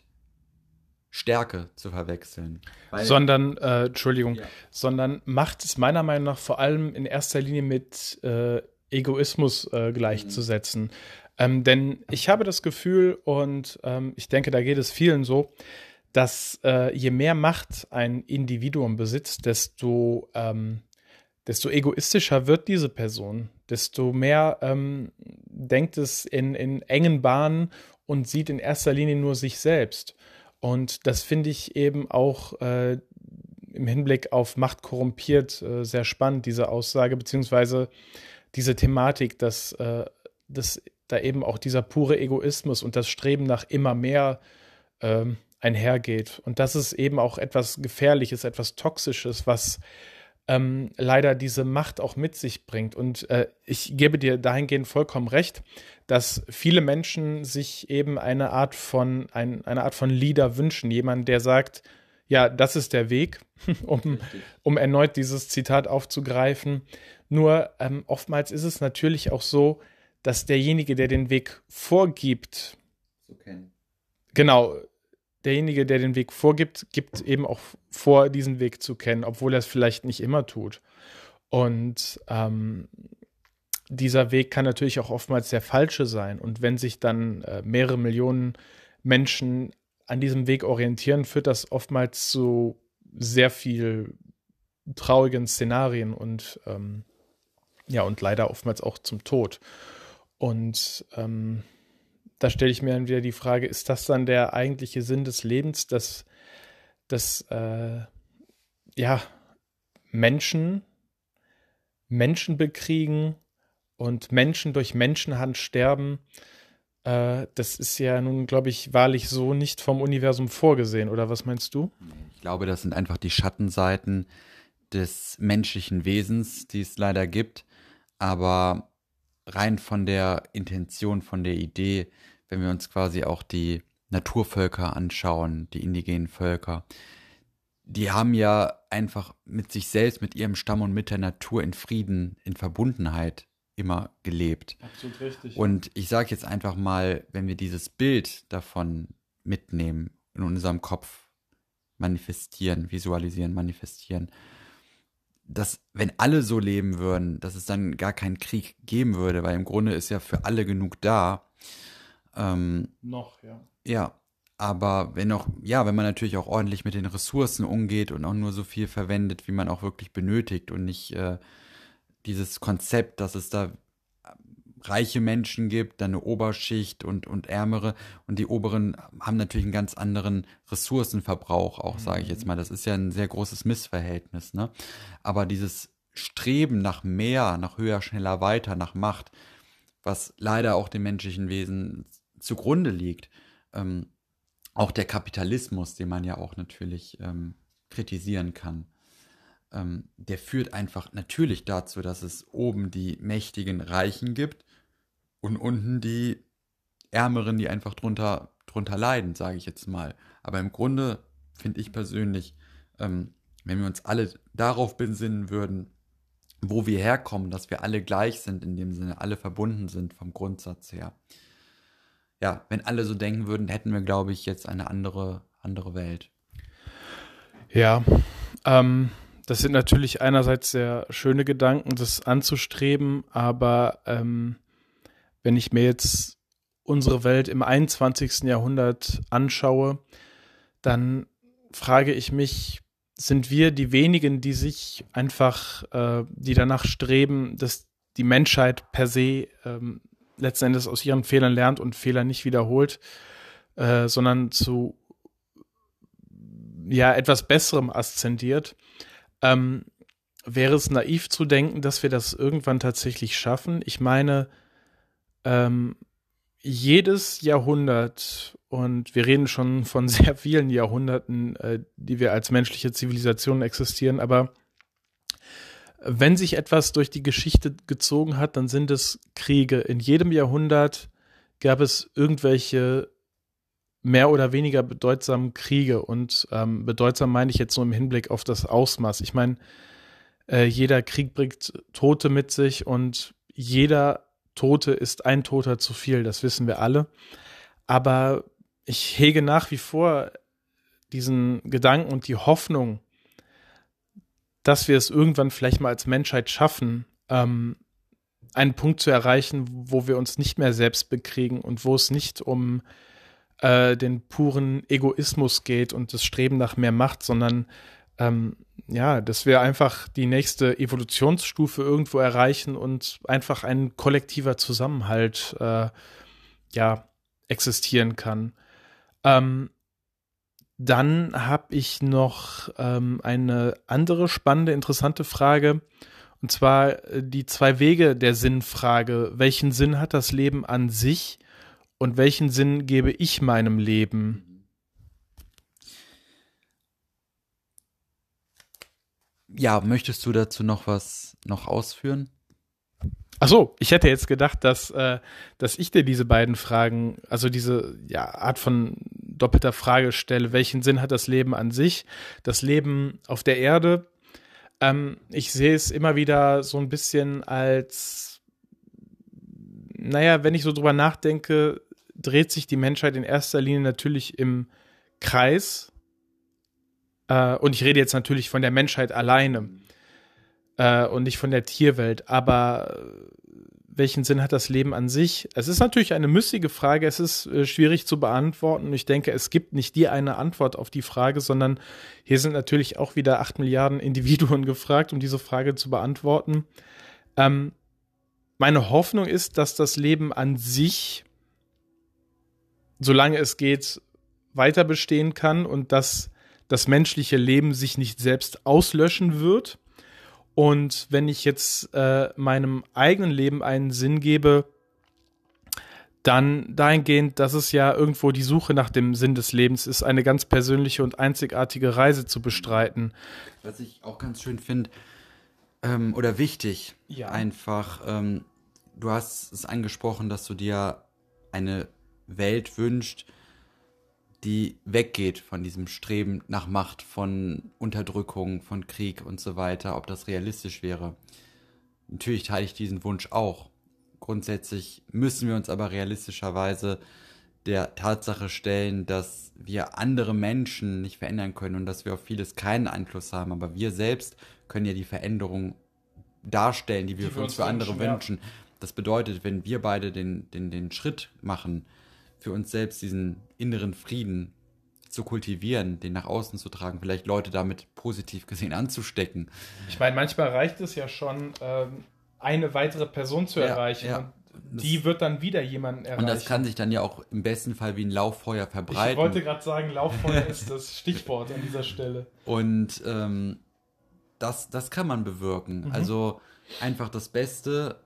Stärke zu verwechseln. Weil, Sondern, äh, Entschuldigung, ja. sondern Macht ist meiner Meinung nach vor allem in erster Linie mit äh, Egoismus äh, gleichzusetzen. Ähm, denn ich habe das Gefühl, und ähm, ich denke, da geht es vielen so, dass äh, je mehr Macht ein Individuum besitzt, desto, ähm, desto egoistischer wird diese Person, desto mehr ähm, denkt es in, in engen Bahnen und sieht in erster Linie nur sich selbst. Und das finde ich eben auch äh, im Hinblick auf Macht korrumpiert äh, sehr spannend, diese Aussage, beziehungsweise diese Thematik, dass, äh, dass da eben auch dieser pure Egoismus und das Streben nach immer mehr ähm, einhergeht. Und das ist eben auch etwas Gefährliches, etwas Toxisches, was ähm, leider diese Macht auch mit sich bringt. Und äh, ich gebe dir dahingehend vollkommen recht, dass viele Menschen sich eben eine Art von, ein, eine Art von Leader wünschen. Jemand, der sagt, ja, das ist der Weg, um, um erneut dieses Zitat aufzugreifen. Nur ähm, oftmals ist es natürlich auch so, dass derjenige, der den Weg vorgibt, So kennen. genau, derjenige, der den Weg vorgibt, gibt eben auch vor, diesen Weg zu kennen, obwohl er es vielleicht nicht immer tut. Und ähm, dieser Weg kann natürlich auch oftmals der falsche sein. Und wenn sich dann äh, mehrere Millionen Menschen an diesem Weg orientieren, führt das oftmals zu sehr viel traurigen Szenarien und ähm, ja, und leider oftmals auch zum Tod. Und ähm, da stelle ich mir dann wieder die Frage, ist das dann der eigentliche Sinn des Lebens, dass, dass äh, ja, Menschen Menschen bekriegen und Menschen durch Menschenhand sterben? Äh, das ist ja nun, glaube ich, wahrlich so nicht vom Universum vorgesehen, oder was meinst du? Ich glaube, das sind einfach die Schattenseiten des menschlichen Wesens, die es leider gibt. Aber rein von der Intention, von der Idee, wenn wir uns quasi auch die Naturvölker anschauen, die indigenen Völker, die haben ja einfach mit sich selbst, mit ihrem Stamm und mit der Natur in Frieden, in Verbundenheit immer gelebt. Absolut richtig. Und ich sage jetzt einfach mal, wenn wir dieses Bild davon mitnehmen, in unserem Kopf manifestieren, visualisieren, manifestieren, dass wenn alle so leben würden, dass es dann gar keinen Krieg geben würde, weil im Grunde ist ja für alle genug da. Ähm, Noch, ja. ja, aber wenn auch, ja, wenn man natürlich auch ordentlich mit den Ressourcen umgeht und auch nur so viel verwendet, wie man auch wirklich benötigt und nicht äh, dieses Konzept, dass es da reiche Menschen gibt, dann eine Oberschicht und, und Ärmere, und die Oberen haben natürlich einen ganz anderen Ressourcenverbrauch auch, sage ich jetzt mal. Das ist ja ein sehr großes Missverhältnis, ne? Aber dieses Streben nach mehr, nach höher, schneller, weiter, nach Macht, was leider auch dem menschlichen Wesen zugrunde liegt, ähm, auch der Kapitalismus, den man ja auch natürlich ähm, kritisieren kann, ähm, der führt einfach natürlich dazu, dass es oben die mächtigen Reichen gibt und unten die Ärmeren, die einfach drunter, drunter leiden, sage ich jetzt mal. Aber im Grunde finde ich persönlich, ähm, wenn wir uns alle darauf besinnen würden, wo wir herkommen, dass wir alle gleich sind, in dem Sinne, alle verbunden sind vom Grundsatz her. Ja, wenn alle so denken würden, hätten wir, glaube ich, jetzt eine andere, andere Welt. Ja, ähm, das sind natürlich einerseits sehr schöne Gedanken, das anzustreben, aber ähm, wenn ich mir jetzt unsere Welt im einundzwanzigsten Jahrhundert anschaue, dann frage ich mich, sind wir die wenigen, die sich einfach, äh, die danach streben, dass die Menschheit per se ähm, letzten Endes aus ihren Fehlern lernt und Fehler nicht wiederholt, äh, sondern zu ja etwas Besserem aszendiert. Ähm, wäre es naiv zu denken, dass wir das irgendwann tatsächlich schaffen? Ich meine, ähm, jedes Jahrhundert, und wir reden schon von sehr vielen Jahrhunderten, äh, die wir als menschliche Zivilisation existieren, aber wenn sich etwas durch die Geschichte gezogen hat, dann sind es Kriege. In jedem Jahrhundert gab es irgendwelche mehr oder weniger bedeutsamen Kriege. Und ähm, bedeutsam meine ich jetzt nur im Hinblick auf das Ausmaß. Ich meine, äh, jeder Krieg bringt Tote mit sich und jeder Tote ist ein Toter zu viel. Das wissen wir alle. Aber ich hege nach wie vor diesen Gedanken und die Hoffnung, dass wir es irgendwann vielleicht mal als Menschheit schaffen, ähm, einen Punkt zu erreichen, wo wir uns nicht mehr selbst bekriegen und wo es nicht um äh, den puren Egoismus geht und das Streben nach mehr Macht, sondern ähm, ja, dass wir einfach die nächste Evolutionsstufe irgendwo erreichen und einfach ein kollektiver Zusammenhalt äh, ja, existieren kann. Ähm, Dann habe ich noch ähm, eine andere spannende, interessante Frage, und zwar äh, die zwei Wege der Sinnfrage. Welchen Sinn hat das Leben an sich und welchen Sinn gebe ich meinem Leben? Ja, möchtest du dazu noch was noch ausführen? Ach so, ich hätte jetzt gedacht, dass, äh, dass ich dir diese beiden Fragen, also diese ja, Art von doppelter Frage stelle. Welchen Sinn hat das Leben an sich? Das Leben auf der Erde? Ähm, ich sehe es immer wieder so ein bisschen als, naja, wenn ich so drüber nachdenke, dreht sich die Menschheit in erster Linie natürlich im Kreis. Äh, und ich rede jetzt natürlich von der Menschheit alleine. Äh, und nicht von der Tierwelt, aber welchen Sinn hat das Leben an sich? Es ist natürlich eine müßige Frage, es ist äh, schwierig zu beantworten. Ich denke, es gibt nicht die eine Antwort auf die Frage, sondern hier sind natürlich auch wieder acht Milliarden Individuen gefragt, um diese Frage zu beantworten. Ähm, meine Hoffnung ist, dass das Leben an sich, solange es geht, weiter bestehen kann und dass das menschliche Leben sich nicht selbst auslöschen wird. Und wenn ich jetzt äh, meinem eigenen Leben einen Sinn gebe, dann dahingehend, dass es ja irgendwo die Suche nach dem Sinn des Lebens ist, eine ganz persönliche und einzigartige Reise zu bestreiten. Was ich auch ganz schön finde, ähm, oder wichtig, Ja. einfach, ähm, du hast es angesprochen, dass du dir eine Welt wünschst, die weggeht von diesem Streben nach Macht, von Unterdrückung, von Krieg und so weiter, ob das realistisch wäre. Natürlich teile ich diesen Wunsch auch. Grundsätzlich müssen wir uns aber realistischerweise der Tatsache stellen, dass wir andere Menschen nicht verändern können und dass wir auf vieles keinen Einfluss haben, aber wir selbst können ja die Veränderung darstellen, die wir Die für wir uns uns für andere wünschen, ja. wünschen. Das bedeutet, wenn wir beide den, den, den Schritt machen, für uns selbst diesen inneren Frieden zu kultivieren, den nach außen zu tragen, vielleicht Leute damit positiv gesehen anzustecken. Ich meine, manchmal reicht es ja schon, ähm, eine weitere Person zu Ja, erreichen. ja. Und die wird dann wieder jemanden erreichen. Und das kann sich dann ja auch im besten Fall wie ein Lauffeuer verbreiten. Ich wollte gerade sagen, Lauffeuer ist das Stichwort an dieser Stelle. Und ähm, das, das kann man bewirken. Mhm. Also einfach das Beste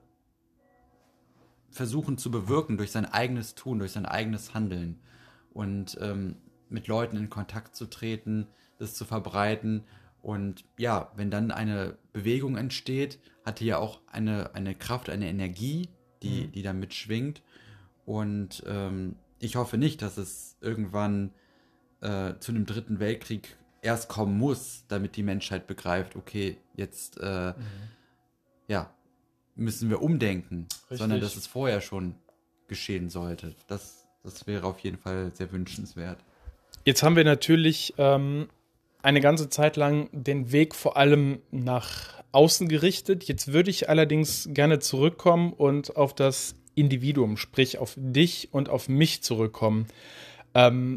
versuchen zu bewirken durch sein eigenes Tun, durch sein eigenes Handeln. Und ähm, mit Leuten in Kontakt zu treten, das zu verbreiten. Und ja, wenn dann eine Bewegung entsteht, hat die ja auch eine, eine Kraft, eine Energie, die, Mhm. die da mitschwingt. Und ähm, ich hoffe nicht, dass es irgendwann äh, zu einem dritten Weltkrieg erst kommen muss, damit die Menschheit begreift, okay, jetzt äh, ja, müssen wir umdenken, Richtig. sondern dass es vorher schon geschehen sollte. Das, das wäre auf jeden Fall sehr wünschenswert. Jetzt haben wir natürlich ähm, eine ganze Zeit lang den Weg vor allem nach außen gerichtet. Jetzt würde ich allerdings gerne zurückkommen und auf das Individuum, sprich auf dich und auf mich zurückkommen. Ähm,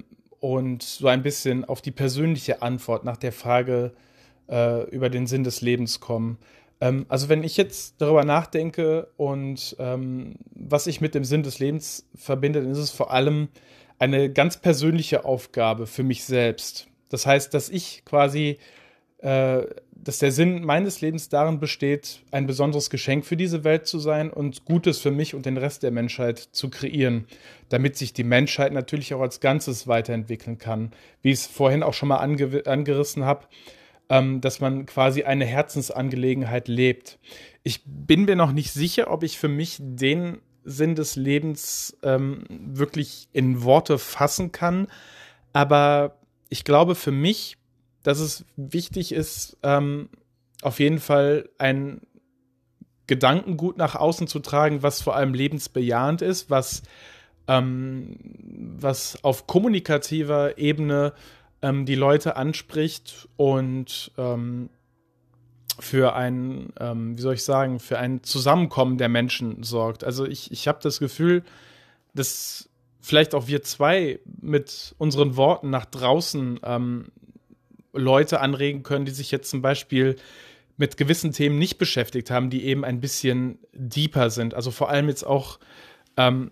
und so ein bisschen auf die persönliche Antwort nach der Frage äh, über den Sinn des Lebens kommen. Ähm, also wenn ich jetzt darüber nachdenke und ähm, was ich mit dem Sinn des Lebens verbinde, dann ist es vor allem eine ganz persönliche Aufgabe für mich selbst. Das heißt, dass ich quasi, äh, dass der Sinn meines Lebens darin besteht, ein besonderes Geschenk für diese Welt zu sein und Gutes für mich und den Rest der Menschheit zu kreieren, damit sich die Menschheit natürlich auch als Ganzes weiterentwickeln kann. Wie ich es vorhin auch schon mal ange angerissen habe, ähm, dass man quasi eine Herzensangelegenheit lebt. Ich bin mir noch nicht sicher, ob ich für mich den Sinn des Lebens ähm, wirklich in Worte fassen kann, aber ich glaube für mich, dass es wichtig ist, ähm, auf jeden Fall ein Gedankengut nach außen zu tragen, was vor allem lebensbejahend ist, was, ähm, was auf kommunikativer Ebene ähm, die Leute anspricht und ähm, für ein, ähm, wie soll ich sagen, für ein Zusammenkommen der Menschen sorgt. Also ich, ich habe das Gefühl, dass vielleicht auch wir zwei mit unseren Worten nach draußen ähm, Leute anregen können, die sich jetzt zum Beispiel mit gewissen Themen nicht beschäftigt haben, die eben ein bisschen deeper sind. Also vor allem jetzt auch ähm,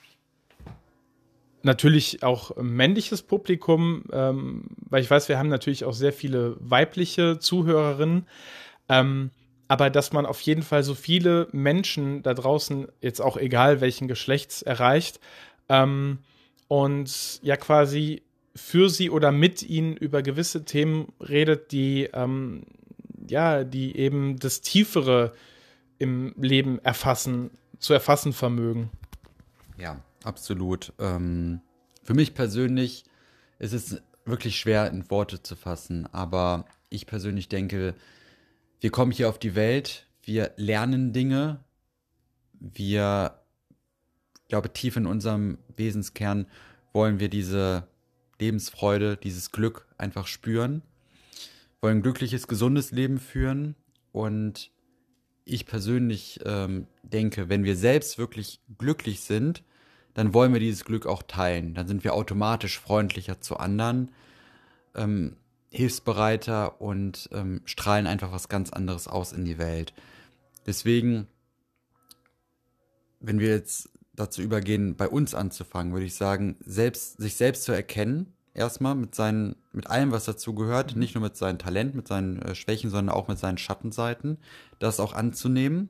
natürlich auch männliches Publikum, ähm, weil ich weiß, wir haben natürlich auch sehr viele weibliche Zuhörerinnen, ähm, aber dass man auf jeden Fall so viele Menschen da draußen, jetzt auch egal welchen Geschlechts, erreicht ähm, und ja quasi für sie oder mit ihnen über gewisse Themen redet, die ähm, ja, die eben das Tiefere im Leben erfassen, zu erfassen vermögen. Ja, absolut. Ähm, für mich persönlich ist es wirklich schwer in Worte zu fassen, aber ich persönlich denke, wir kommen hier auf die Welt, wir lernen Dinge, wir, ich glaube, tief in unserem Wesenskern wollen wir diese Lebensfreude, dieses Glück einfach spüren, wollen ein glückliches, gesundes Leben führen und ich persönlich ähm, denke, wenn wir selbst wirklich glücklich sind, dann wollen wir dieses Glück auch teilen. Dann sind wir automatisch freundlicher zu anderen, ähm, hilfsbereiter und ähm, strahlen einfach was ganz anderes aus in die Welt. Deswegen, wenn wir jetzt dazu übergehen, bei uns anzufangen, würde ich sagen, selbst, sich selbst zu erkennen, erstmal mit seinen, mit allem, was dazu gehört, nicht nur mit seinen Talenten, mit seinen äh, Schwächen, sondern auch mit seinen Schattenseiten, das auch anzunehmen,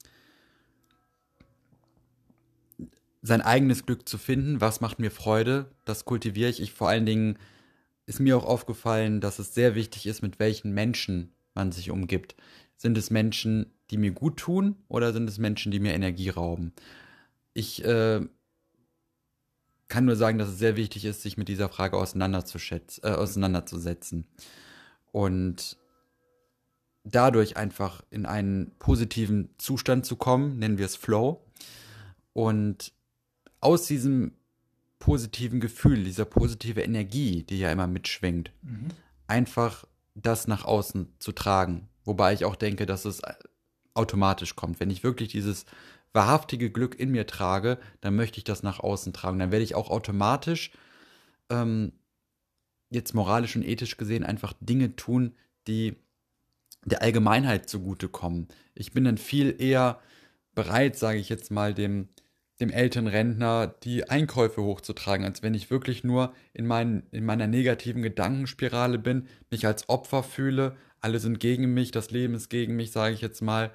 sein eigenes Glück zu finden, was macht mir Freude, das kultiviere ich. Ich vor allen Dingen ist mir auch aufgefallen, dass es sehr wichtig ist, mit welchen Menschen man sich umgibt. Sind es Menschen, die mir gut tun oder sind es Menschen, die mir Energie rauben? Ich äh, kann nur sagen, dass es sehr wichtig ist, sich mit dieser Frage auseinanderzuschätzen, äh, auseinanderzusetzen und dadurch einfach in einen positiven Zustand zu kommen, nennen wir es Flow, und aus diesem positiven Gefühl, dieser positive Energie, die ja immer mitschwingt, mhm. einfach das nach außen zu tragen. Wobei ich auch denke, dass es automatisch kommt. Wenn ich wirklich dieses wahrhaftige Glück in mir trage, dann möchte ich das nach außen tragen. Dann werde ich auch automatisch ähm, jetzt moralisch und ethisch gesehen einfach Dinge tun, die der Allgemeinheit zugutekommen. Ich bin dann viel eher bereit, sage ich jetzt mal, dem, dem älteren Rentner die Einkäufe hochzutragen, als wenn ich wirklich nur in, mein, in meiner negativen Gedankenspirale bin, mich als Opfer fühle, alle sind gegen mich, das Leben ist gegen mich, sage ich jetzt mal,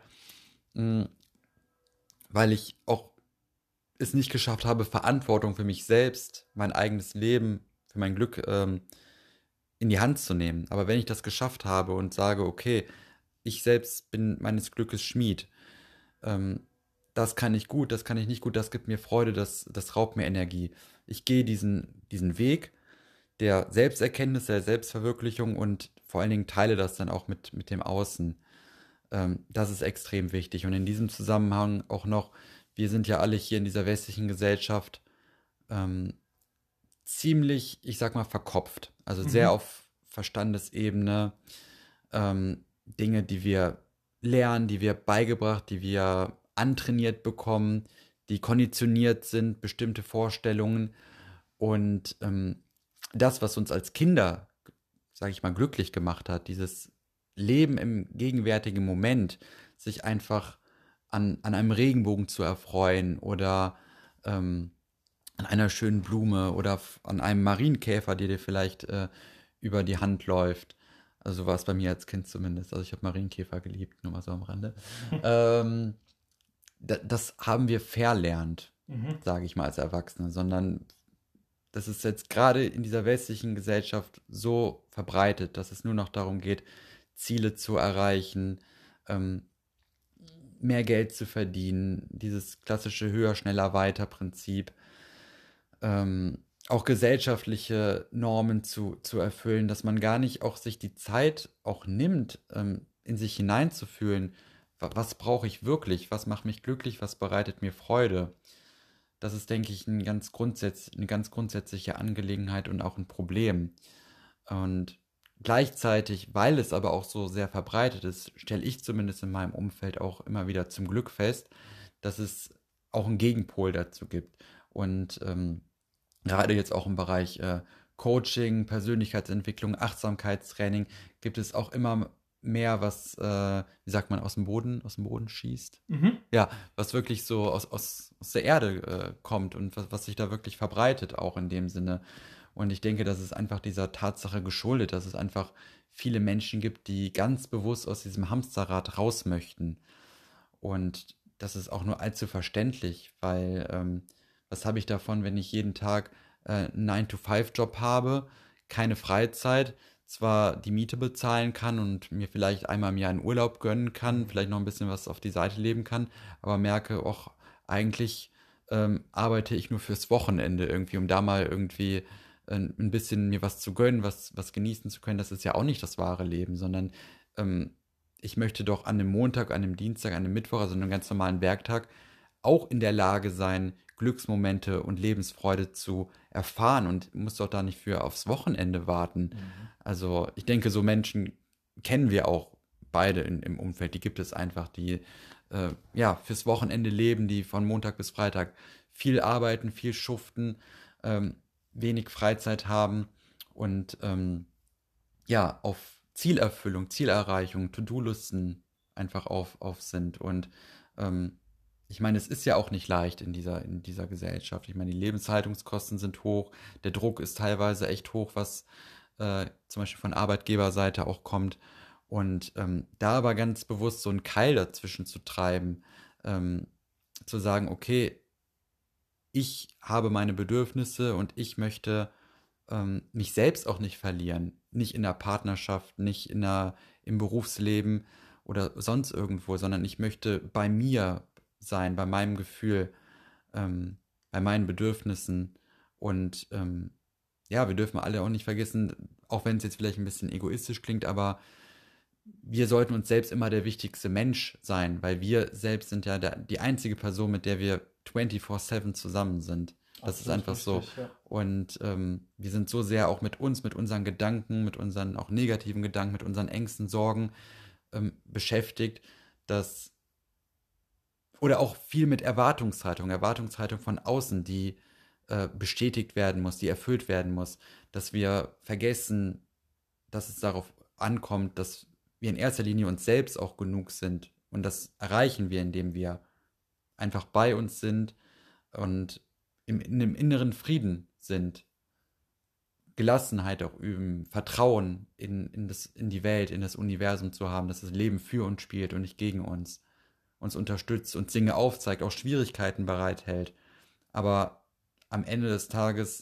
weil ich auch es nicht geschafft habe, Verantwortung für mich selbst, mein eigenes Leben, für mein Glück ähm, in die Hand zu nehmen. Aber wenn ich das geschafft habe und sage, okay, ich selbst bin meines Glückes Schmied, ähm, das kann ich gut, das kann ich nicht gut, das gibt mir Freude, das, das raubt mir Energie. Ich gehe diesen, diesen Weg der Selbsterkenntnis, der Selbstverwirklichung und vor allen Dingen teile das dann auch mit, mit dem Außen. Ähm, das ist extrem wichtig. Und in diesem Zusammenhang auch noch, wir sind ja alle hier in dieser westlichen Gesellschaft ähm, ziemlich, ich sag mal, verkopft. Also mhm. sehr auf Verstandesebene. Ähm, Dinge, die wir lernen, die wir beigebracht, die wir antrainiert bekommen, die konditioniert sind, bestimmte Vorstellungen. Und ähm, das, was uns als Kinder, sage ich mal, glücklich gemacht hat, dieses Leben im gegenwärtigen Moment, sich einfach an, an einem Regenbogen zu erfreuen oder ähm, an einer schönen Blume oder f- an einem Marienkäfer, der dir vielleicht äh, über die Hand läuft. Also so war es bei mir als Kind zumindest. Also ich habe Marienkäfer geliebt, nur mal so am Rande. ähm, da, das haben wir verlernt, Mhm. sage ich mal als Erwachsene, sondern das ist jetzt gerade in dieser westlichen Gesellschaft so verbreitet, dass es nur noch darum geht, Ziele zu erreichen, ähm, mehr Geld zu verdienen, dieses klassische höher, schneller, weiter Prinzip, ähm, auch gesellschaftliche Normen zu, zu erfüllen, dass man gar nicht auch sich die Zeit auch nimmt, ähm, in sich hineinzufühlen, wa- was brauche ich wirklich, was macht mich glücklich, was bereitet mir Freude. Das ist, denke ich, ein ganz grundsätz eine ganz grundsätzliche Angelegenheit und auch ein Problem. Und gleichzeitig, weil es aber auch so sehr verbreitet ist, stelle ich zumindest in meinem Umfeld auch immer wieder zum Glück fest, dass es auch einen Gegenpol dazu gibt. Und ähm, gerade jetzt auch im Bereich äh, Coaching, Persönlichkeitsentwicklung, Achtsamkeitstraining gibt es auch immer mehr, was, äh, wie sagt man, aus dem Boden, aus dem Boden schießt. Mhm. Ja, was wirklich so aus, aus, aus der Erde äh, kommt und was, was sich da wirklich verbreitet, auch in dem Sinne. Und ich denke, das ist einfach dieser Tatsache geschuldet, dass es einfach viele Menschen gibt, die ganz bewusst aus diesem Hamsterrad raus möchten. Und das ist auch nur allzu verständlich, weil ähm, was habe ich davon, wenn ich jeden Tag äh, einen nine to five Job habe, keine Freizeit, zwar die Miete bezahlen kann und mir vielleicht einmal im Jahr einen Urlaub gönnen kann, vielleicht noch ein bisschen was auf die Seite leben kann, aber merke, auch eigentlich ähm, arbeite ich nur fürs Wochenende irgendwie, um da mal irgendwie äh, ein bisschen mir was zu gönnen, was, was genießen zu können. Das ist ja auch nicht das wahre Leben, sondern ähm, ich möchte doch an einem Montag, an einem Dienstag, an einem Mittwoch, also einem ganz normalen Werktag, auch in der Lage sein, Glücksmomente und Lebensfreude zu erfahren und muss doch da nicht für aufs Wochenende warten. Mhm. Also ich denke, so Menschen kennen wir auch beide in, im Umfeld. Die gibt es einfach, die äh, ja fürs Wochenende leben, die von Montag bis Freitag viel arbeiten, viel schuften, ähm, wenig Freizeit haben und ähm, ja, auf Zielerfüllung, Zielerreichung, To-Do-Listen einfach auf, auf sind. Und ähm, ich meine, es ist ja auch nicht leicht in dieser, in dieser Gesellschaft. Ich meine, die Lebenshaltungskosten sind hoch, der Druck ist teilweise echt hoch, was äh, zum Beispiel von Arbeitgeberseite auch kommt. Und ähm, da aber ganz bewusst so einen Keil dazwischen zu treiben, ähm, zu sagen, okay, ich habe meine Bedürfnisse und ich möchte ähm, mich selbst auch nicht verlieren. Nicht in der Partnerschaft, nicht in der, im Berufsleben oder sonst irgendwo, sondern ich möchte bei mir sein, bei meinem Gefühl, ähm, bei meinen Bedürfnissen. Und ähm, ja, wir dürfen alle auch nicht vergessen, auch wenn es jetzt vielleicht ein bisschen egoistisch klingt, aber wir sollten uns selbst immer der wichtigste Mensch sein, weil wir selbst sind ja der, die einzige Person, mit der wir vierundzwanzig sieben zusammen sind. Das ist Absolut einfach so. richtig, ja. Und ähm, wir sind so sehr auch mit uns, mit unseren Gedanken, mit unseren auch negativen Gedanken, mit unseren Ängsten, Sorgen ähm, beschäftigt, dass oder auch viel mit Erwartungshaltung, Erwartungshaltung von außen, die äh, bestätigt werden muss, die erfüllt werden muss, dass wir vergessen, dass es darauf ankommt, dass wir in erster Linie uns selbst auch genug sind. Und das erreichen wir, indem wir einfach bei uns sind und im, in dem inneren Frieden sind. Gelassenheit auch üben, Vertrauen in, in, das, in die Welt, in das Universum zu haben, dass das Leben für uns spielt und nicht gegen uns, uns unterstützt, uns Dinge aufzeigt, auch Schwierigkeiten bereithält. Aber am Ende des Tages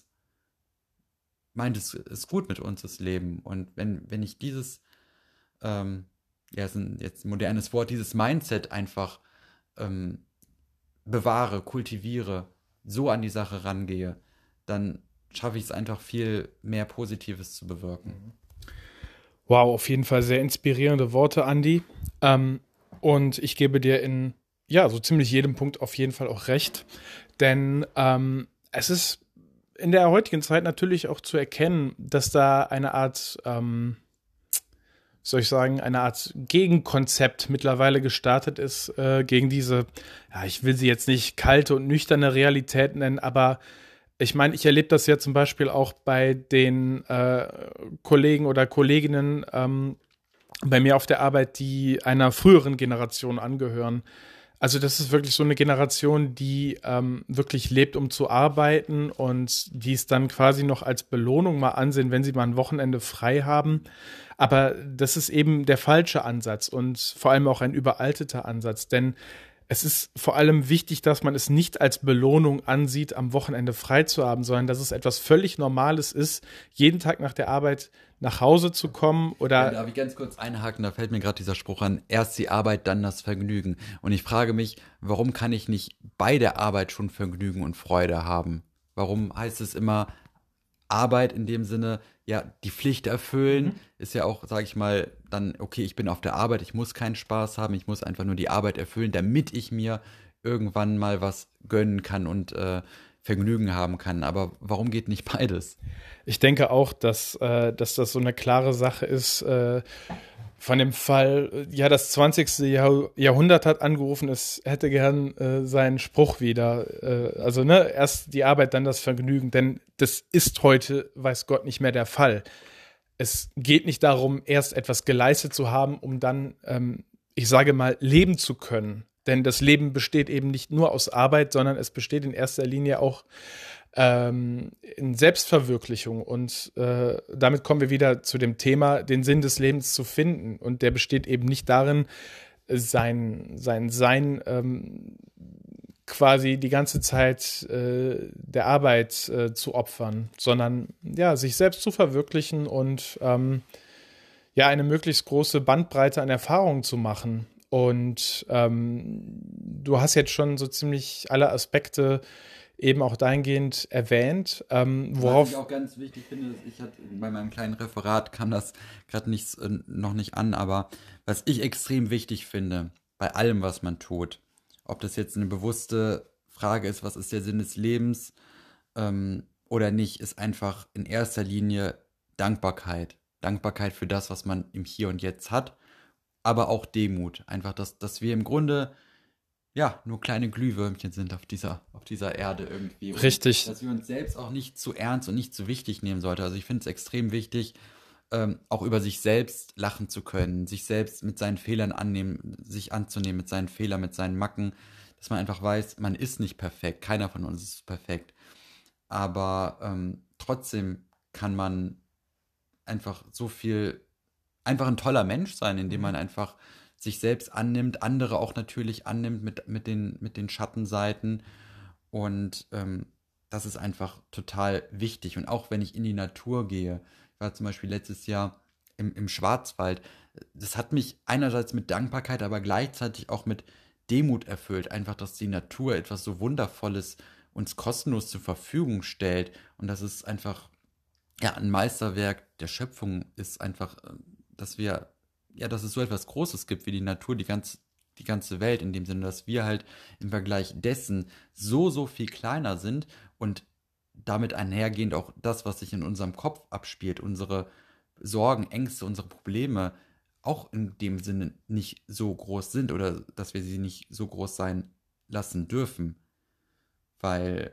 meint es ist gut mit uns das Leben. Und wenn, wenn ich dieses, ähm, ja, ist ein, jetzt ein modernes Wort, dieses Mindset einfach ähm, bewahre, kultiviere, so an die Sache rangehe, dann schaffe ich es einfach viel mehr Positives zu bewirken. Wow, auf jeden Fall sehr inspirierende Worte, Andi. Ähm, und ich gebe dir in, ja, so ziemlich jedem Punkt auf jeden Fall auch recht. Denn ähm, es ist in der heutigen Zeit natürlich auch zu erkennen, dass da eine Art, ähm, soll ich sagen, eine Art Gegenkonzept mittlerweile gestartet ist äh, gegen diese, ja, ich will sie jetzt nicht kalte und nüchterne Realität nennen, aber Ich meine, ich erlebe das ja zum Beispiel auch bei den äh, Kollegen oder Kolleginnen ähm, bei mir auf der Arbeit, die einer früheren Generation angehören. Also das ist wirklich so eine Generation, die ähm, wirklich lebt, um zu arbeiten und die es dann quasi noch als Belohnung mal ansehen, wenn sie mal ein Wochenende frei haben. Aber das ist eben der falsche Ansatz und vor allem auch ein überalteter Ansatz, denn es ist vor allem wichtig, dass man es nicht als Belohnung ansieht, am Wochenende frei zu haben, sondern dass es etwas völlig Normales ist, jeden Tag nach der Arbeit nach Hause zu kommen oder. Ja, darf ich ganz kurz einhaken, da fällt mir gerade dieser Spruch an, erst die Arbeit, dann das Vergnügen. Und ich frage mich, warum kann ich nicht bei der Arbeit schon Vergnügen und Freude haben? Warum heißt es immer Arbeit in dem Sinne, ja, die Pflicht erfüllen, Mhm. ist ja auch, sage ich mal, dann, okay, ich bin auf der Arbeit, ich muss keinen Spaß haben, ich muss einfach nur die Arbeit erfüllen, damit ich mir irgendwann mal was gönnen kann und äh, Vergnügen haben kann. Aber warum geht nicht beides? Ich denke auch, dass, äh, dass das so eine klare Sache ist, äh, von dem Fall, ja, das zwanzigste. Jahr, Jahrhundert hat angerufen, es hätte gern äh, seinen Spruch wieder. Äh, also, ne, erst die Arbeit, dann das Vergnügen, denn das ist heute, weiß Gott, nicht mehr der Fall. Es geht nicht darum, erst etwas geleistet zu haben, um dann, ähm, ich sage mal, leben zu können. Denn das Leben besteht eben nicht nur aus Arbeit, sondern es besteht in erster Linie auch ähm, in Selbstverwirklichung. Und äh, damit kommen wir wieder zu dem Thema, den Sinn des Lebens zu finden. Und der besteht eben nicht darin, sein sein Sein ähm, quasi die ganze Zeit äh, der Arbeit äh, zu opfern, sondern ja, sich selbst zu verwirklichen und ähm, ja, eine möglichst große Bandbreite an Erfahrungen zu machen. Und ähm, du hast jetzt schon so ziemlich alle Aspekte eben auch dahingehend erwähnt, ähm, Was ich worauf. auch ganz wichtig finde, ist, ich hatte bei meinem kleinen Referat kam das gerade nicht, äh, noch nicht an, aber was ich extrem wichtig finde, bei allem, was man tut, ob das jetzt eine bewusste Frage ist, was ist der Sinn des Lebens, ähm, oder nicht, ist einfach in erster Linie Dankbarkeit. Dankbarkeit für das, was man im Hier und Jetzt hat, aber auch Demut. Einfach, dass, dass wir im Grunde ja, nur kleine Glühwürmchen sind auf dieser, auf dieser Erde irgendwie. Und Richtig. dass wir uns selbst auch nicht zu ernst und nicht zu wichtig nehmen sollten. Also ich finde es extrem wichtig, ähm, auch über sich selbst lachen zu können, sich selbst mit seinen Fehlern annehmen, sich anzunehmen, mit seinen Fehlern, mit seinen Macken, dass man einfach weiß, man ist nicht perfekt, keiner von uns ist perfekt. Aber ähm, trotzdem kann man einfach so viel, einfach ein toller Mensch sein, indem man einfach sich selbst annimmt, andere auch natürlich annimmt mit, mit den, mit den Schattenseiten. Und ähm, das ist einfach total wichtig. Und auch wenn ich in die Natur gehe, ich war zum Beispiel letztes Jahr im, im Schwarzwald, das hat mich einerseits mit Dankbarkeit, aber gleichzeitig auch mit Demut erfüllt. Einfach, dass die Natur etwas so Wundervolles uns kostenlos zur Verfügung stellt. Und das ist einfach, ja, ein Meisterwerk der Schöpfung ist einfach, äh, dass wir, ja, dass es so etwas Großes gibt wie die Natur, die ganz, die ganze Welt, in dem Sinne, dass wir halt im Vergleich dessen so, so viel kleiner sind und damit einhergehend auch das, was sich in unserem Kopf abspielt, unsere Sorgen, Ängste, unsere Probleme auch in dem Sinne nicht so groß sind oder dass wir sie nicht so groß sein lassen dürfen, weil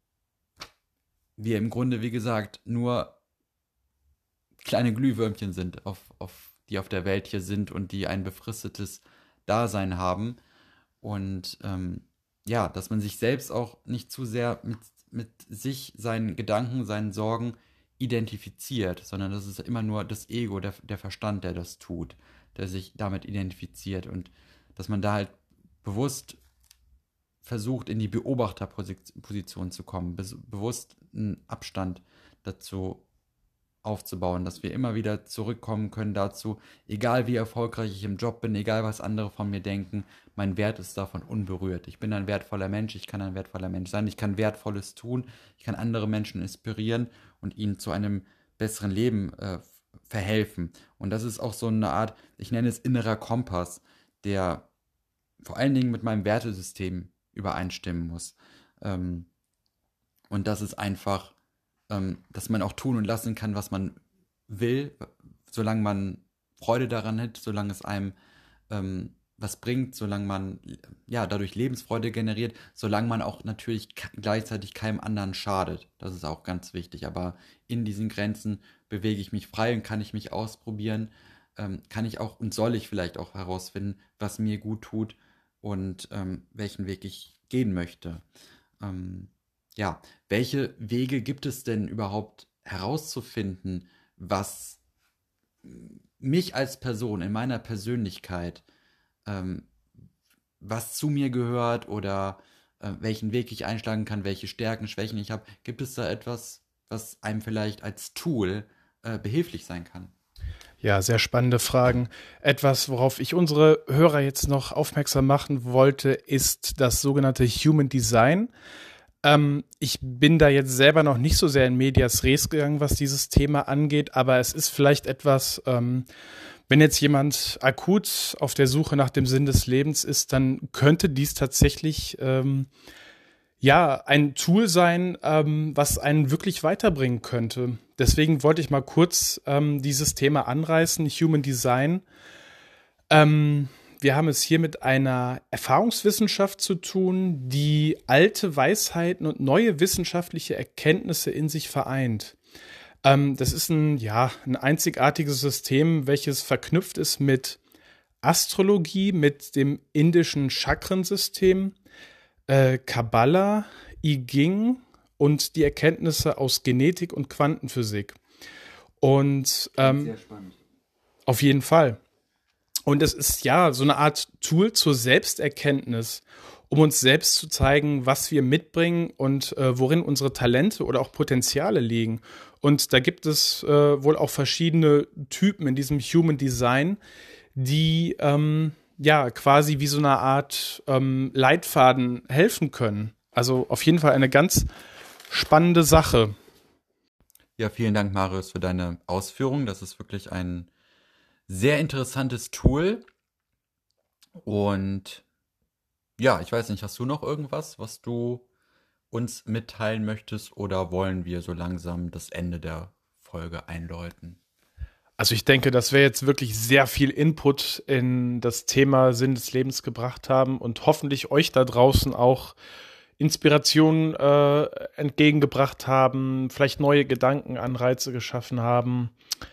wir im Grunde, wie gesagt, nur kleine Glühwürmchen sind, auf, auf, die auf der Welt hier sind und die ein befristetes Dasein haben. Und ähm, ja, dass man sich selbst auch nicht zu sehr mit, mit sich, seinen Gedanken, seinen Sorgen identifiziert, sondern das ist immer nur das Ego, der, der Verstand, der das tut, der sich damit identifiziert. Und dass man da halt bewusst versucht, in die Beobachterposition zu kommen, be bewusst einen Abstand dazu aufzubauen, dass wir immer wieder zurückkommen können dazu, egal wie erfolgreich ich im Job bin, egal was andere von mir denken, mein Wert ist davon unberührt. Ich bin ein wertvoller Mensch, ich kann ein wertvoller Mensch sein, ich kann Wertvolles tun, ich kann andere Menschen inspirieren und ihnen zu einem besseren Leben äh, verhelfen. Und das ist auch so eine Art, ich nenne es innerer Kompass, der vor allen Dingen mit meinem Wertesystem übereinstimmen muss. Ähm, und das ist einfach, ähm, dass man auch tun und lassen kann, was man will, solange man Freude daran hat, solange es einem ähm, was bringt, solange man ja dadurch Lebensfreude generiert, solange man auch natürlich k- gleichzeitig keinem anderen schadet. Das ist auch ganz wichtig. Aber in diesen Grenzen bewege ich mich frei und kann ich mich ausprobieren, ähm, kann ich auch und soll ich vielleicht auch herausfinden, was mir gut tut und ähm, welchen Weg ich gehen möchte. Ähm, ja, welche Wege gibt es denn überhaupt herauszufinden, was mich als Person in meiner Persönlichkeit, ähm, was zu mir gehört oder äh, welchen Weg ich einschlagen kann, welche Stärken, Schwächen ich habe? Gibt es da etwas, was einem vielleicht als Tool äh, behilflich sein kann? Ja, sehr spannende Fragen. Etwas, worauf ich unsere Hörer jetzt noch aufmerksam machen wollte, ist das sogenannte Human Design. Ähm, ich bin da jetzt selber noch nicht so sehr in Medias Res gegangen, was dieses Thema angeht, aber es ist vielleicht etwas, ähm, wenn jetzt jemand akut auf der Suche nach dem Sinn des Lebens ist, dann könnte dies tatsächlich ähm, ja ein Tool sein, ähm, was einen wirklich weiterbringen könnte. Deswegen wollte ich mal kurz ähm, dieses Thema anreißen, Human Design. Ähm, wir haben es hier mit einer Erfahrungswissenschaft zu tun, die alte Weisheiten und neue wissenschaftliche Erkenntnisse in sich vereint. Ähm, das ist ein, ja, ein einzigartiges System, welches verknüpft ist mit Astrologie, mit dem indischen Chakrensystem, äh, Kabbala, I Ching und die Erkenntnisse aus Genetik und Quantenphysik. Und ähm, Sehr spannend. auf jeden Fall. Und es ist ja so eine Art Tool zur Selbsterkenntnis, um uns selbst zu zeigen, was wir mitbringen und äh, worin unsere Talente oder auch Potenziale liegen. Und da gibt es äh, wohl auch verschiedene Typen in diesem Human Design, die ähm, ja quasi wie so eine Art ähm, Leitfaden helfen können. Also auf jeden Fall eine ganz spannende Sache. Ja, vielen Dank, Marius, für deine Ausführungen. Das ist wirklich ein sehr interessantes Tool. Und ja, ich weiß nicht, hast du noch irgendwas, was du uns mitteilen möchtest, oder wollen wir so langsam das Ende der Folge einläuten? Also ich denke, dass wir jetzt wirklich sehr viel Input in das Thema Sinn des Lebens gebracht haben und hoffentlich euch da draußen auch Inspiration äh, entgegengebracht haben, vielleicht neue Gedankenanreize geschaffen haben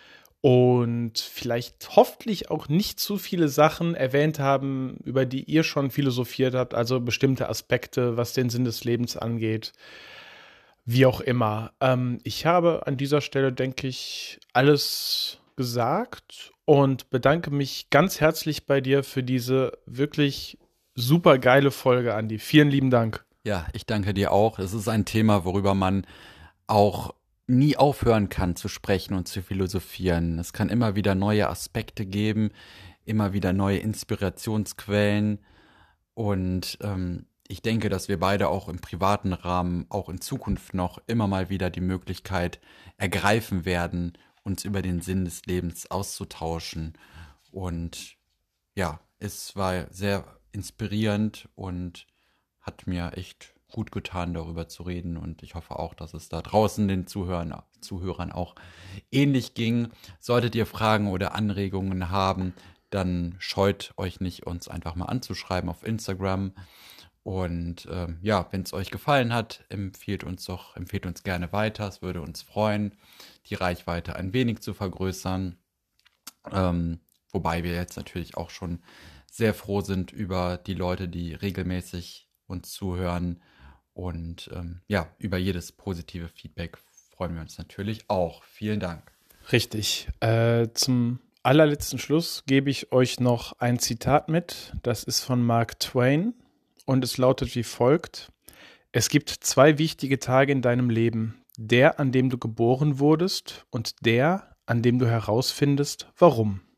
und vielleicht hoffentlich auch nicht zu viele Sachen erwähnt haben, über die ihr schon philosophiert habt, also bestimmte Aspekte, was den Sinn des Lebens angeht. Wie auch immer. Ähm, ich habe an dieser Stelle, denke ich, alles gesagt und bedanke mich ganz herzlich bei dir für diese wirklich super geile Folge, Andi. Vielen lieben Dank. Ja, ich danke dir auch. Es ist ein Thema, worüber man auch nie aufhören kann zu sprechen und zu philosophieren. Es kann immer wieder neue Aspekte geben, immer wieder neue Inspirationsquellen. Und ähm, ich denke, dass wir beide auch im privaten Rahmen, auch in Zukunft noch immer mal wieder die Möglichkeit ergreifen werden, uns über den Sinn des Lebens auszutauschen. Und ja, es war sehr inspirierend und hat mir echt gut getan, darüber zu reden. Und ich hoffe auch, dass es da draußen den Zuhörern, Zuhörern auch ähnlich ging. Solltet ihr Fragen oder Anregungen haben, dann scheut euch nicht, uns einfach mal anzuschreiben auf Instagram. Und ähm, ja, wenn es euch gefallen hat, empfehlt uns doch, empfehlt uns gerne weiter. Es würde uns freuen, die Reichweite ein wenig zu vergrößern. Ähm, wobei wir jetzt natürlich auch schon sehr froh sind über die Leute, die regelmäßig uns zuhören. Und ähm, ja, über jedes positive Feedback freuen wir uns natürlich auch. Vielen Dank. Richtig. Äh, zum allerletzten Schluss gebe ich euch noch ein Zitat mit. Das ist von Mark Twain und es lautet wie folgt: Es gibt zwei wichtige Tage in deinem Leben. Der, an dem du geboren wurdest, und der, an dem du herausfindest, warum.